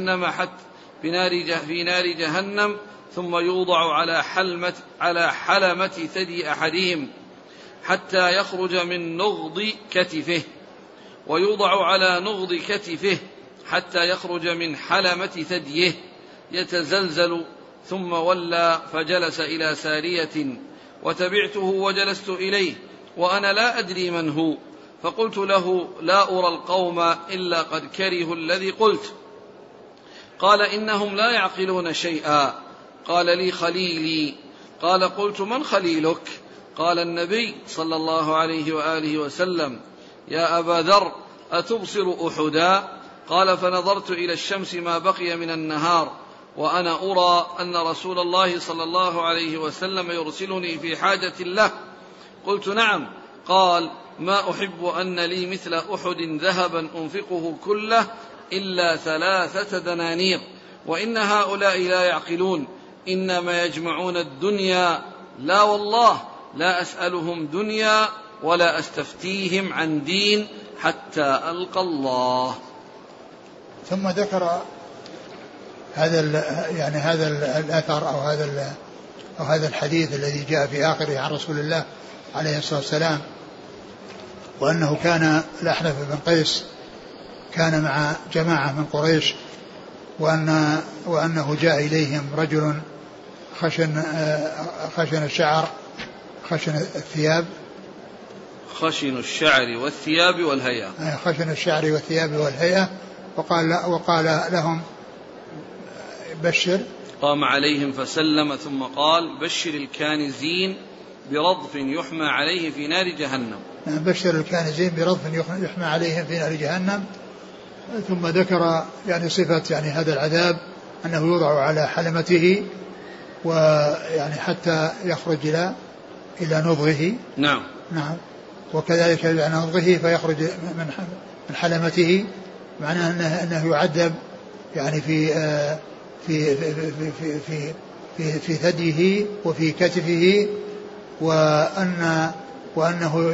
جهنم ثم يوضع على حلمة ثدي أحدهم حتى يخرج من نغض كتفه، ويوضع على نغض كتفه حتى يخرج من حلمة ثديه يتزلزل. ثم ولى فجلس إلى سارية وتبعته وجلست إليه وأنا لا أدري من هو، فقلت له لا أرى القوم إلا قد كرهوا الذي قلت. قال إنهم لا يعقلون شيئا. قال لي خليلي. قال قلت من خليلك؟ قال النبي صلى الله عليه وآله وسلم. يا أبا ذر أتبصر أحدا؟ قال فنظرت إلى الشمس ما بقي من النهار وأنا أرى أن رسول الله صلى الله عليه وسلم يرسلني في حاجة له، قلت نعم. قال ما أحب أن لي مثل أحد ذهبا أنفقه كله إلا 3 دنانير، وإن هؤلاء لا يعقلون، إنما يجمعون الدنيا. لا والله لا أسألهم دنيا ولا أستفتيهم عن دين حتى ألقى الله. ثم ذكر هذا الأثر أو هذا الحديث الذي جاء في آخره عن رسول الله عليه الصلاة والسلام، وأنه كان الأحنف بن قيس كان مع جماعة من قريش، وأنه جاء إليهم رجل خشن الشعر خشن الثياب خشن الشعر والثياب والهيئة خشن الشعر والثياب والهيئة وقال لهم بشر. قام عليهم فسلم ثم قال بشر الكانزين برضف يحمى عليه في نار جهنم. بشر الكانزين برضف يحمى عليهم في نار جهنم. ثم ذكر يعني صفة يعني هذا العذاب أنه يوضع على حلمته ويعني حتى يخرج إلى نضغه. نعم. وكذلك إلى نضغه فيخرج من حلمته، معناه أنه يعذب يعني في ثديه وفي كتفه، وأنه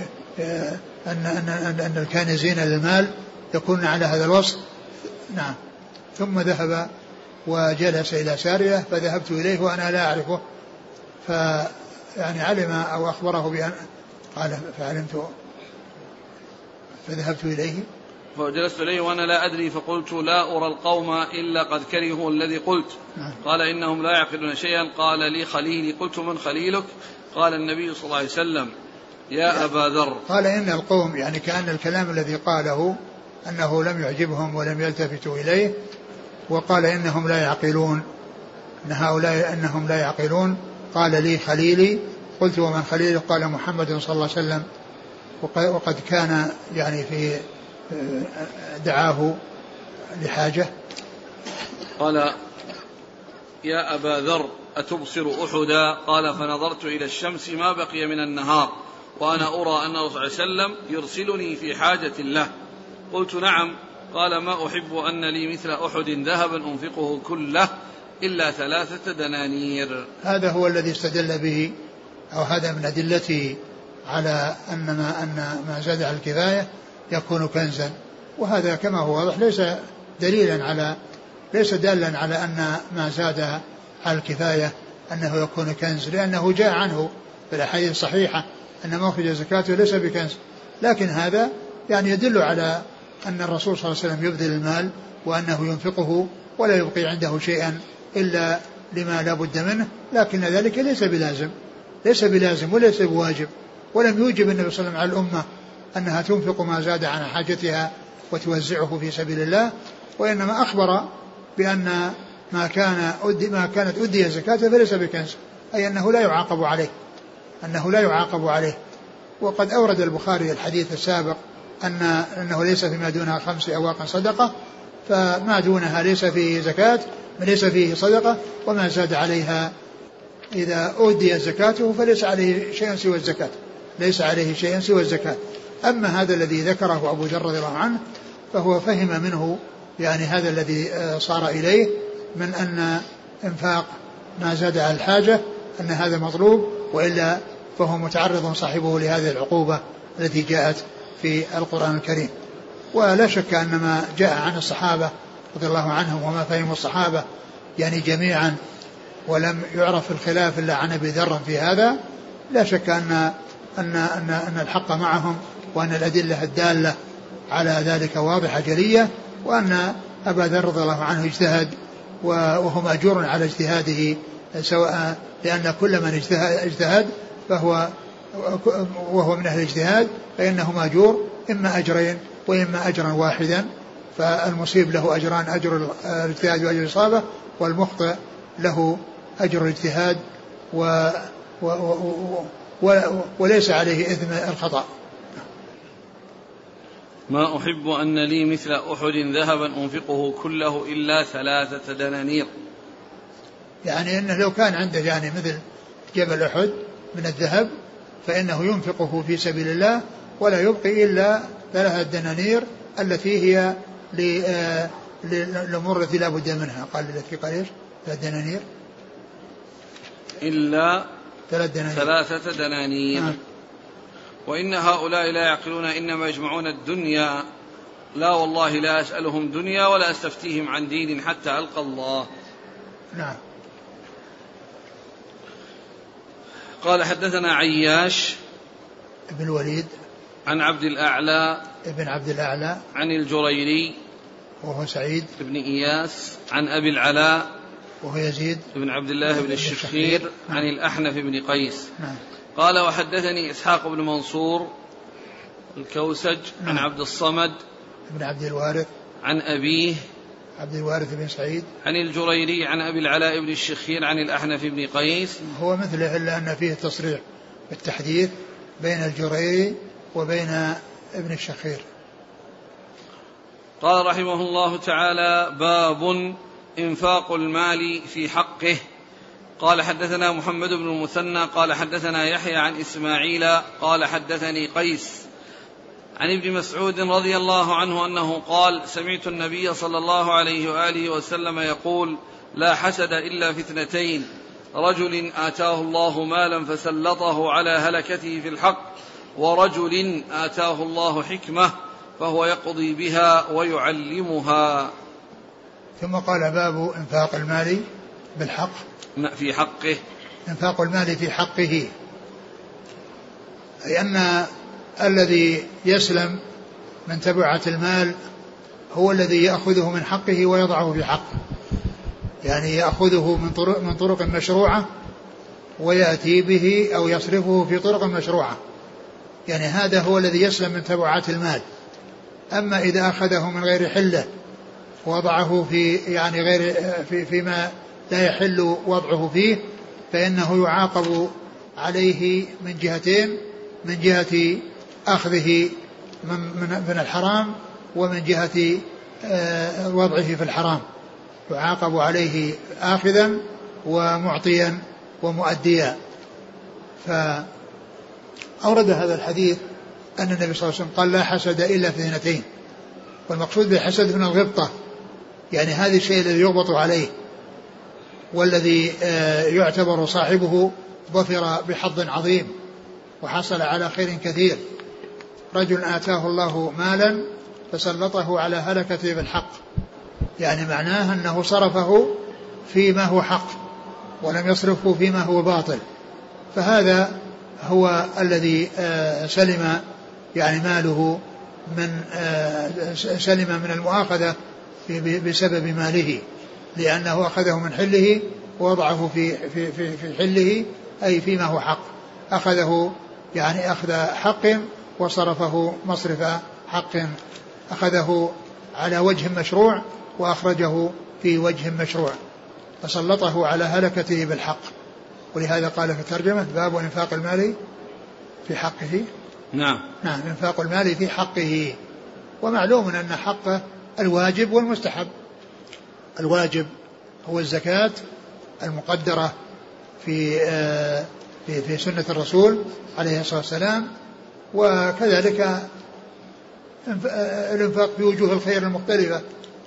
أن الكانزين للمال يكون على هذا الوصف. نعم. ثم ذهب وجلس إلى سارية فذهبت إليه وأنا لا أعرفه، فيعني علم أو أخبره بأن قال فذهبت إليه فجلست إليه وأنا لا أدري فقلت لا أرى القوم إلا قد كرهوا الذي قلت. قال إنهم لا يعقلون شيئا. قال لي خليلي. قلت من خليلك؟ قال النبي صلى الله عليه وسلم يا أبا ذر. قال إن القوم يعني كأن الكلام الذي قاله أنه لم يعجبهم ولم يلتفتوا إليه، وقال إنهم لا يعقلون، إن هؤلاء أنهم لا يعقلون. قال لي خليلي. قلت ومن خليلي؟ قال محمد صلى الله عليه وسلم، وقد كان يعني في دعاه لحاجة. قال يا أبا ذر أتبصر أحدا؟ قال فنظرت إلى الشمس ما بقي من النهار وأنا أرى أن الله صلى الله عليه وسلم يرسلني في حاجة له. قلت نعم. قال ما أحب أن لي مثل أحد ذهبا أنفقه كله إلا 3 دنانير. هذا هو الذي استدل به، أو هذا من أدلته على أن ما زاد على الكفاية يكون كنزا، وهذا كما هو واضح ليس دالا على أن ما زاد على الكفاية أنه يكون كنز، لأنه جاء عنه في الأحاديث الصحيحة أن مخرج زكاته ليس بكنز، لكن هذا يعني يدل على أن الرسول صلى الله عليه وسلم يبذل المال وأنه ينفقه ولا يبقي عنده شيئا إلا لما لا بد منه، لكن ذلك ليس بلازم وليس بواجب، ولم يوجب النبي صلى الله عليه وسلم على الأمة أنها تنفق ما زاد عن حاجتها وتوزعه في سبيل الله، وإنما أخبر بأن ما كانت أدي زكاته فليس بكنز، أي أنه لا يعاقب عليه. وقد أورد البخاري الحديث السابق أنه ليس فيما دونها 5 أواق صدقة، فما دونها ليس فيه زكاة ليس فيه صدقة، وما زاد عليها إذا أدي زكاته فليس عليه شيء سوى الزكاة. أما هذا الذي ذكره أبو ذر رضي الله عنه فهو فهم منه يعني هذا الذي صار إليه من أن إنفاق ما زاد على الحاجة أن هذا مطلوب، وإلا فهو متعرض صاحبه لهذه العقوبة التي جاءت في القرآن الكريم. ولا شك أن ما جاء عن الصحابة رضي الله عنهم وما فهم الصحابة يعني جميعا، ولم يعرف الخلاف إلا عن أبي ذر في هذا، لا شك أن الحق معهم، وأن الأدلة الدالة على ذلك واضحة جلية، وأن أبا ذر رضي الله عنه اجتهد وهو مأجور على اجتهاده، سواء لأن كل من اجتهد وهو من أهل الاجتهاد فإنه مأجور إما أجرين وإما أجرا واحدا، فالمصيب له أجران، أجر الاجتهاد وأجر الإصابة، والمخطئ له أجر الاجتهاد وليس عليه إثم الخطأ. ما أحب أن لي مثل أحد ذهبا أنفقه كله إلا 3 دنانير، يعني أنه لو كان عنده يعني مثل جبل أحد من الذهب فإنه ينفقه في سبيل الله ولا يبقي إلا 3 دنانير التي هي للأمور التي لا بد منها. قال التي قال إيش 3 دنانير إلا 3 دنانير. وإن هؤلاء لا يعقلون إنما يجمعون الدنيا. لا والله لا أسألهم دنيا ولا أستفتيهم عن دين حتى ألقى الله. نعم. قال حدثنا عياش ابن الوليد عن عبد الأعلى ابن عبد الأعلى عن الجريري وهو سعيد بن إياس عن أبي العلاء وهو يزيد بن عبد الله بن الشخير عن الأحنف بن قيس. نعم. قال وحدثني إسحاق بن منصور الكوسج عن عبد الصمد بن عبد الوارث عن أبيه عبد الوارث بن سعيد عن الجريري عن أبي العلاء بن الشخير عن الأحنف بن قيس. هو مثله إلا أن فيه تصريح بالتحديث بين الجريري وبين ابن الشخير. قال رحمه الله تعالى باب إنفاق المال في حقه. قال حدثنا محمد بن المثنى قال حدثنا يحيى عن إسماعيل قال حدثني قيس عن ابن مسعود رضي الله عنه أنه قال سمعت النبي صلى الله عليه وآله وسلم يقول لا حسد إلا في 2: رجل آتاه الله مالا فسلطه على هلكته في الحق، ورجل آتاه الله حكمة فهو يقضي بها ويعلمها. ثم قال باب إنفاق المال بالحق في حقه. إنفاق المال في حقه أي أن الذي يسلم من تبعة المال هو الذي يأخذه من حقه ويضعه في حقه، يعني يأخذه من طرق مشروعة ويأتي به أو يصرفه في طرق مشروعة، يعني هذا هو الذي يسلم من تبعات المال. أما إذا أخذه من غير حله ووضعه في يعني غير فيما لا يحل وضعه فيه فإنه يعاقب عليه من جهتين: من جهة أخذه من الحرام ومن جهة وضعه في الحرام، يعاقب عليه آخذا ومعطيا ومؤديا. فأورد هذا الحديث أن النبي صلى الله عليه وسلم قال لا حسد إلا في 2، والمقصود بالحسد من الغبطة، يعني هذا الشيء الذي يغبط عليه والذي يعتبر صاحبه ظفر بحظ عظيم وحصل على خير كثير. رجل آتاه الله مالا فسلطه على هلكته بالحق، يعني معناه أنه صرفه فيما هو حق ولم يصرفه فيما هو باطل، فهذا هو الذي سلم يعني ماله سلم من المؤاخذة بسبب ماله، لأنه أخذه من حله ووضعه في حله أي فيما هو حق، أخذه يعني أخذ حق وصرفه مصرف حق، أخذه على وجه مشروع وأخرجه في وجه مشروع، فسلطه على هلكته بالحق. ولهذا قال في الترجمة باب إنفاق المال في حقه. نعم إنفاق المال في حقه. ومعلوم أن حقه الواجب والمستحب. الواجب هو الزكاة المقدرة في سنة الرسول عليه الصلاة والسلام، وكذلك الانفاق في وجوه الخير المختلفة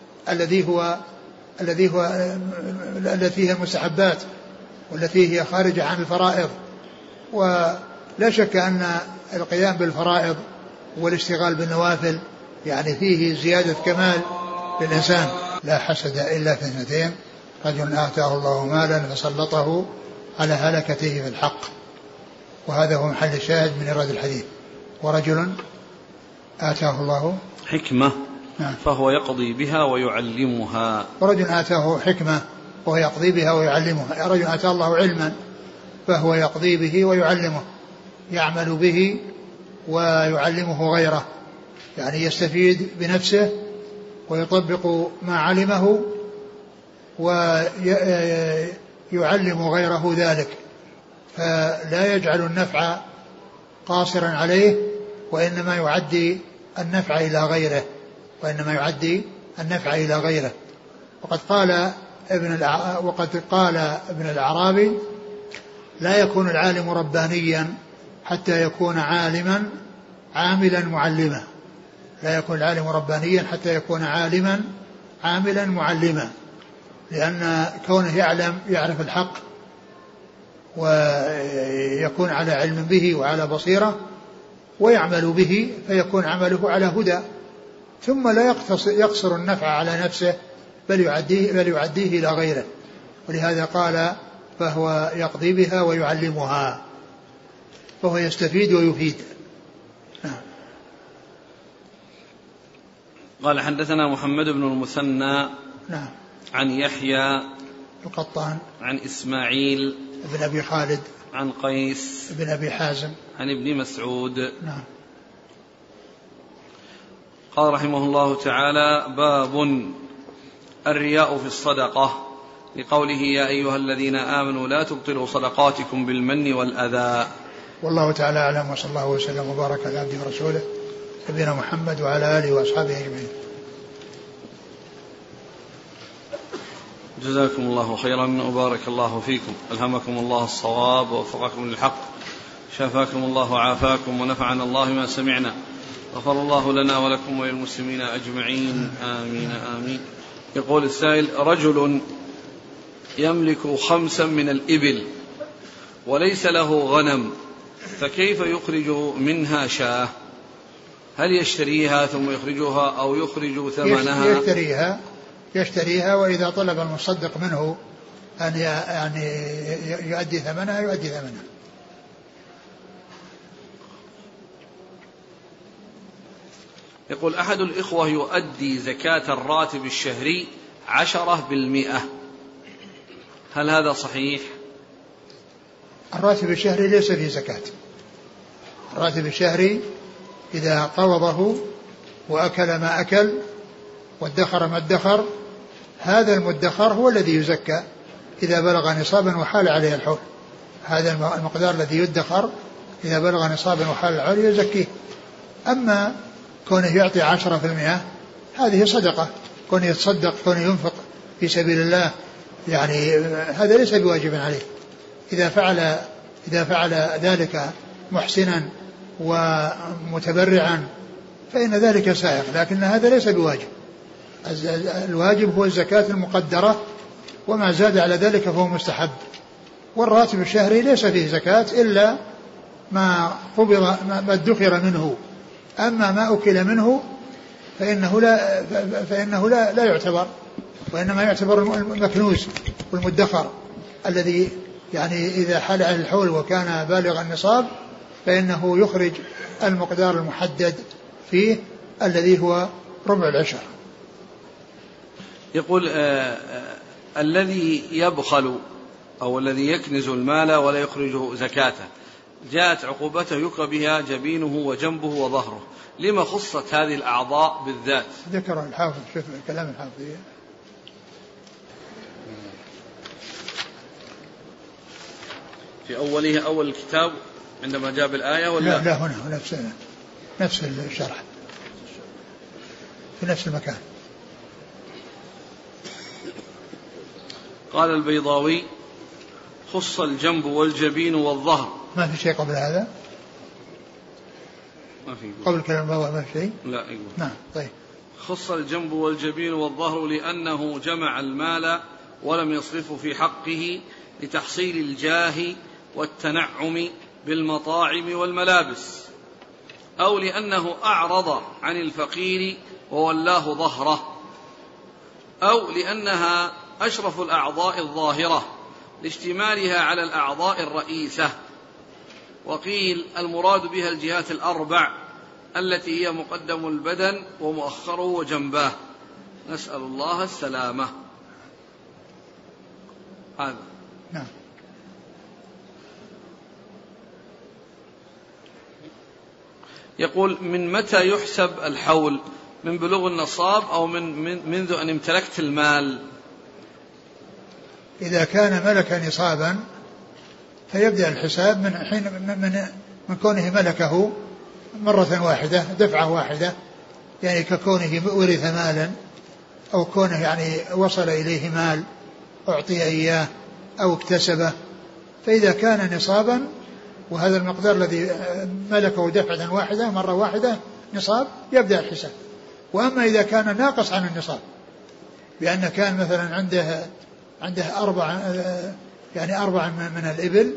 التي هي المستحبات والتي هي خارجة عن الفرائض. ولا شك أن القيام بالفرائض والاشتغال بالنوافل يعني فيه زيادة كمال للإنسان. لا حسد إلا في 2: رجل آتاه الله مالا فسلطه على هلكته في الحق، وهذا هو محل الشاهد من إيراد الحديث. ورجل آتاه الله حكمة فهو يقضي بها ويعلمها. ورجل آتاه حكمة وهو يقضي بها ويعلمها. رجل آتاه الله علما فهو يقضي به ويعلمه، يعمل به ويعلمه غيره، يعني يستفيد بنفسه ويطبق ما علمه ويعلم غيره ذلك، فلا يجعل النفع قاصرا عليه وإنما يعدي النفع إلى غيره. وقد قال ابن الأعرابي لا يكون العالم ربانيا حتى يكون عالما عاملا معلما، لا يكون العالم ربانيا حتى يكون عالما عاملا معلما، لأن كونه يعرف الحق ويكون على علم به وعلى بصيرة ويعمل به فيكون عمله على هدى، ثم لا يقصر النفع على نفسه بل يعديه إلى غيره، ولهذا قال فهو يقضي بها ويعلمها، فهو يستفيد ويفيد. قال حدثنا محمد بن المثنى عن يحيى القطان عن إسماعيل بن أبي خالد عن قيس بن أبي حازم عن ابن مسعود. قال رحمه الله تعالى: باب الرياء في الصدقة، لقوله يا أيها الذين آمنوا لا تبطلوا صدقاتكم بالمن والأذى. والله تعالى أعلم، وصلى الله وسلم وبارك على عبده ورسوله نبينا محمد وعلى آله وأصحابه أجمعين. جزاكم الله خيرا وبارك الله فيكم، ألهمكم الله الصواب ووفقكم للحق، شافاكم الله وعافاكم ونفعنا الله ما سمعنا، غفر الله لنا ولكم وللمسلمين أجمعين، آمين آمين. يقول السائل: رجل يملك 5 من الإبل وليس له غنم، فكيف يخرج منها شاة؟ هل يشتريها ثم يخرجها أو يخرج ثمنها؟ يشتريها وإذا طلب المصدق منه أن يؤدي ثمنها يؤدي ثمنها. يقول أحد الإخوة يؤدي زكاة الراتب الشهري 10%، هل هذا صحيح؟ الراتب الشهري ليس فيه زكاة. الراتب الشهري إذا قبضه وأكل ما أكل وادخر ما ادخر، هذا المدخر هو الذي يزكى إذا بلغ نصابا وحال عليه الحول. هذا المقدار الذي يدخر إذا بلغ نصابا وحال الحول يزكيه. أما كونه يعطي 10% هذه صدقة، كونه يتصدق، كونه ينفق في سبيل الله، يعني هذا ليس بواجب عليه. إذا فعل ذلك محسنا ومتبرعا فإن ذلك سائغ، لكن هذا ليس بواجب. الواجب هو الزكاة المقدرة، وما زاد على ذلك فهو مستحب. والراتب الشهري ليس فيه زكاة إلا ما قبض ما ادخر منه، أما ما أكل منه فإنه لا يعتبر، وإنما يعتبر المكنوز والمدخر الذي يعني إذا حال على الحول وكان بالغ النصاب فإنه يخرج المقدار المحدد فيه الذي هو ربع العشر. يقول الذي يبخل أو الذي يكنز المال ولا يخرجه زكاته، جاءت عقوبته يكرى بها جبينه وجنبه وظهره، لما خصت هذه الأعضاء بالذات؟ ذكر الحافظ، شوف كلام الحافظ في أوله أول الكتاب عندما جاب الآية ولا لا هنا نفس الشرح في نفس المكان. قال البيضاوي: خص الجنب والجبين والظهر. ما في شيء قبل هذا؟ ما في قبل كلام البيضاوي ما في شيء؟ لا يقول. نعم طيب. خص الجنب والجبين والظهر لأنه جمع المال ولم يصرفه في حقه لتحصيل الجاه والتنعم بالمطاعم والملابس، أو لأنه أعرض عن الفقير وولاه ظهره، أو لأنها أشرف الأعضاء الظاهرة لاشتمالها على الأعضاء الرئيسة. وقيل المراد بها الجهات الأربع التي هي مقدم البدن ومؤخره وجنباه، نسأل الله السلامة. هذا نعم. يقول: من متى يحسب الحول؟ من بلوغ النصاب أو منذ أن امتلكت المال؟ إذا كان ملك نصابا فيبدأ الحساب من كونه ملكه مرة واحدة، دفعة واحدة، يعني ككونه ورث مالا، أو كونه يعني وصل إليه مال أعطي إياه أو اكتسبه. فإذا كان نصابا وهذا المقدار الذي ملكه دفعة واحدة مرة واحدة نصاب يبدأ الحساب. وأما إذا كان ناقص عن النصاب بأن كان مثلا عنده أربع من الإبل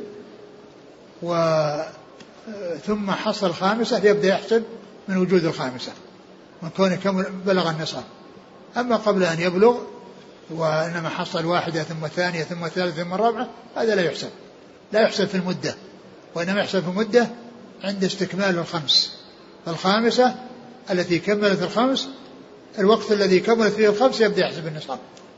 ثم حصل خامسة يبدأ يحسب من وجود الخامسة من كونه كم بلغ النصاب. أما قبل أن يبلغ وإنما حصل واحدة ثم ثانية ثم ثالثة ثم رابعة هذا لا يحسب في المدة، وإنما يحسب في المدة عند استكمال الخامسة التي كملت الخمس، الوقت الذي كملت فيه الخمس يبدأ يحسب النصاب.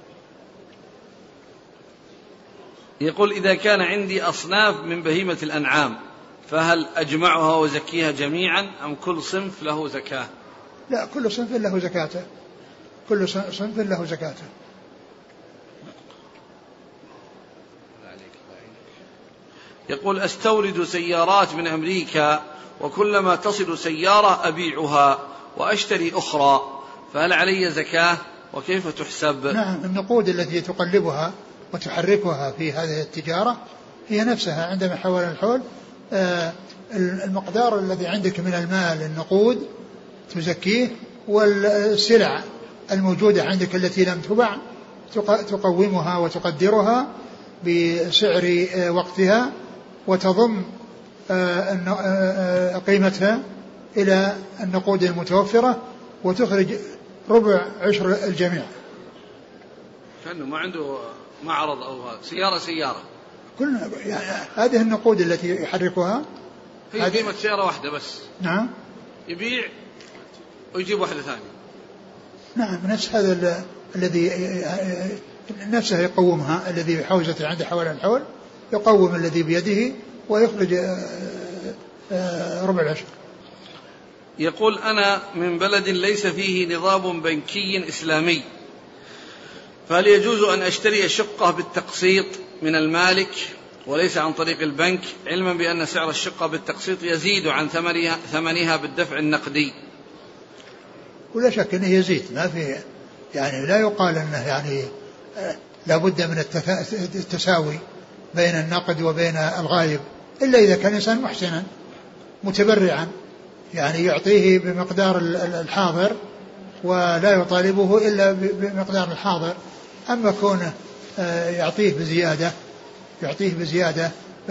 يقول إذا كان عندي أصناف من بهيمة الأنعام فهل أجمعها وزكيها جميعا أم كل صنف له زكاة؟ لا، كل صنف له زكاته، كل صنف له زكاته. يقول أستورد سيارات من أمريكا وكلما تصل سيارة أبيعها وأشتري أخرى، فهل علي زكاة وكيف تحسب؟ نعم، النقود التي تقلبها وتحركها في هذه التجارة هي نفسها عندما حول الحول. المقدار الذي عندك من المال النقود تزكيه، والسلع الموجودة عندك التي لم تباع تقومها وتقدرها بسعر وقتها وتضم قيمتها إلى النقود المتوفرة وتخرج ربع عشر الجميع. كأنه ما عنده معرض أو سيارة كل يعني هذه النقود التي يحركها هي قيمة سيارة واحدة بس. نعم، يبيع ويجيب واحدة ثانية. نعم، نفس هذا الذي نفسه يقومها، الذي حوزته عنده حول الحول يقوم الذي بيده ويخرج ربع العشر. يقول أنا من بلد ليس فيه نظام بنكي إسلامي، فهل يجوز أن أشتري شقة بالتقسيط من المالك وليس عن طريق البنك، علما بأن سعر الشقة بالتقسيط يزيد عن ثمنها بالدفع النقدي؟ ولا شك أنه يزيد، ما في يعني لا يقال أنه يعني لابد من التساوي بين النقد وبين الغايب، إلا إذا كان إنسان محسنا متبرعا يعني يعطيه بمقدار الحاضر ولا يطالبه إلا بمقدار الحاضر. أما كونه يعطيه بزيادة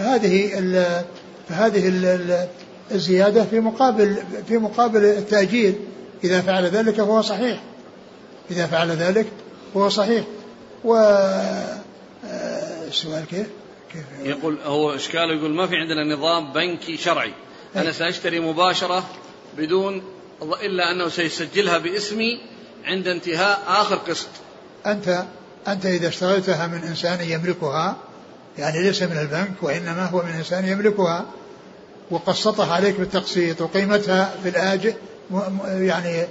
فهذه الزيادة في مقابل التأجيل. إذا فعل ذلك فهو صحيح. والسؤال كيف يقول هو إشكاله، يقول ما في عندنا نظام بنكي شرعي، أنا سأشتري مباشرة بدون إلا أنه سيسجلها باسمي عند انتهاء آخر قسط. أنت إذا اشتريتها من إنسان يملكها يعني ليس من البنك وإنما هو من إنسان يملكها وقسطها عليك بالتقسيط وقيمتها في الآجل يعني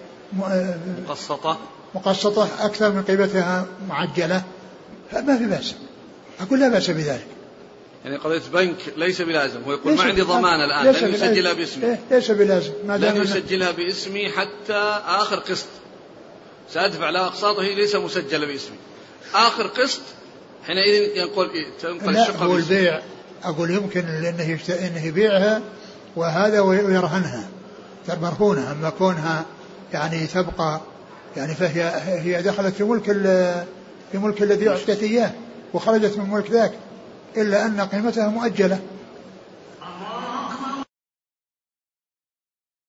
مقسطة أكثر من قيمتها معجلة، فما في بأس، أقول لا بأس بذلك. يعني قضية بنك ليس بلازم، ويقول ما عندي ضمان الآن لن يسجلها باسمي. ليس بلازم، لن يسجلها باسمي حتى آخر قسط، سأدفع لها أقساطه هي ليس مسجلة باسمي، آخر قسط حينئذ يقول تنقل الشقة هو البيع. أقول يمكن إنه يبيعها وهذا ويرهنها مرهونة، أما كونها يعني تبقى يعني فهي دخلت في ملك الذي أعطيت إياه وخرجت من ملك ذاك، إلا أن قيمتها مؤجلة.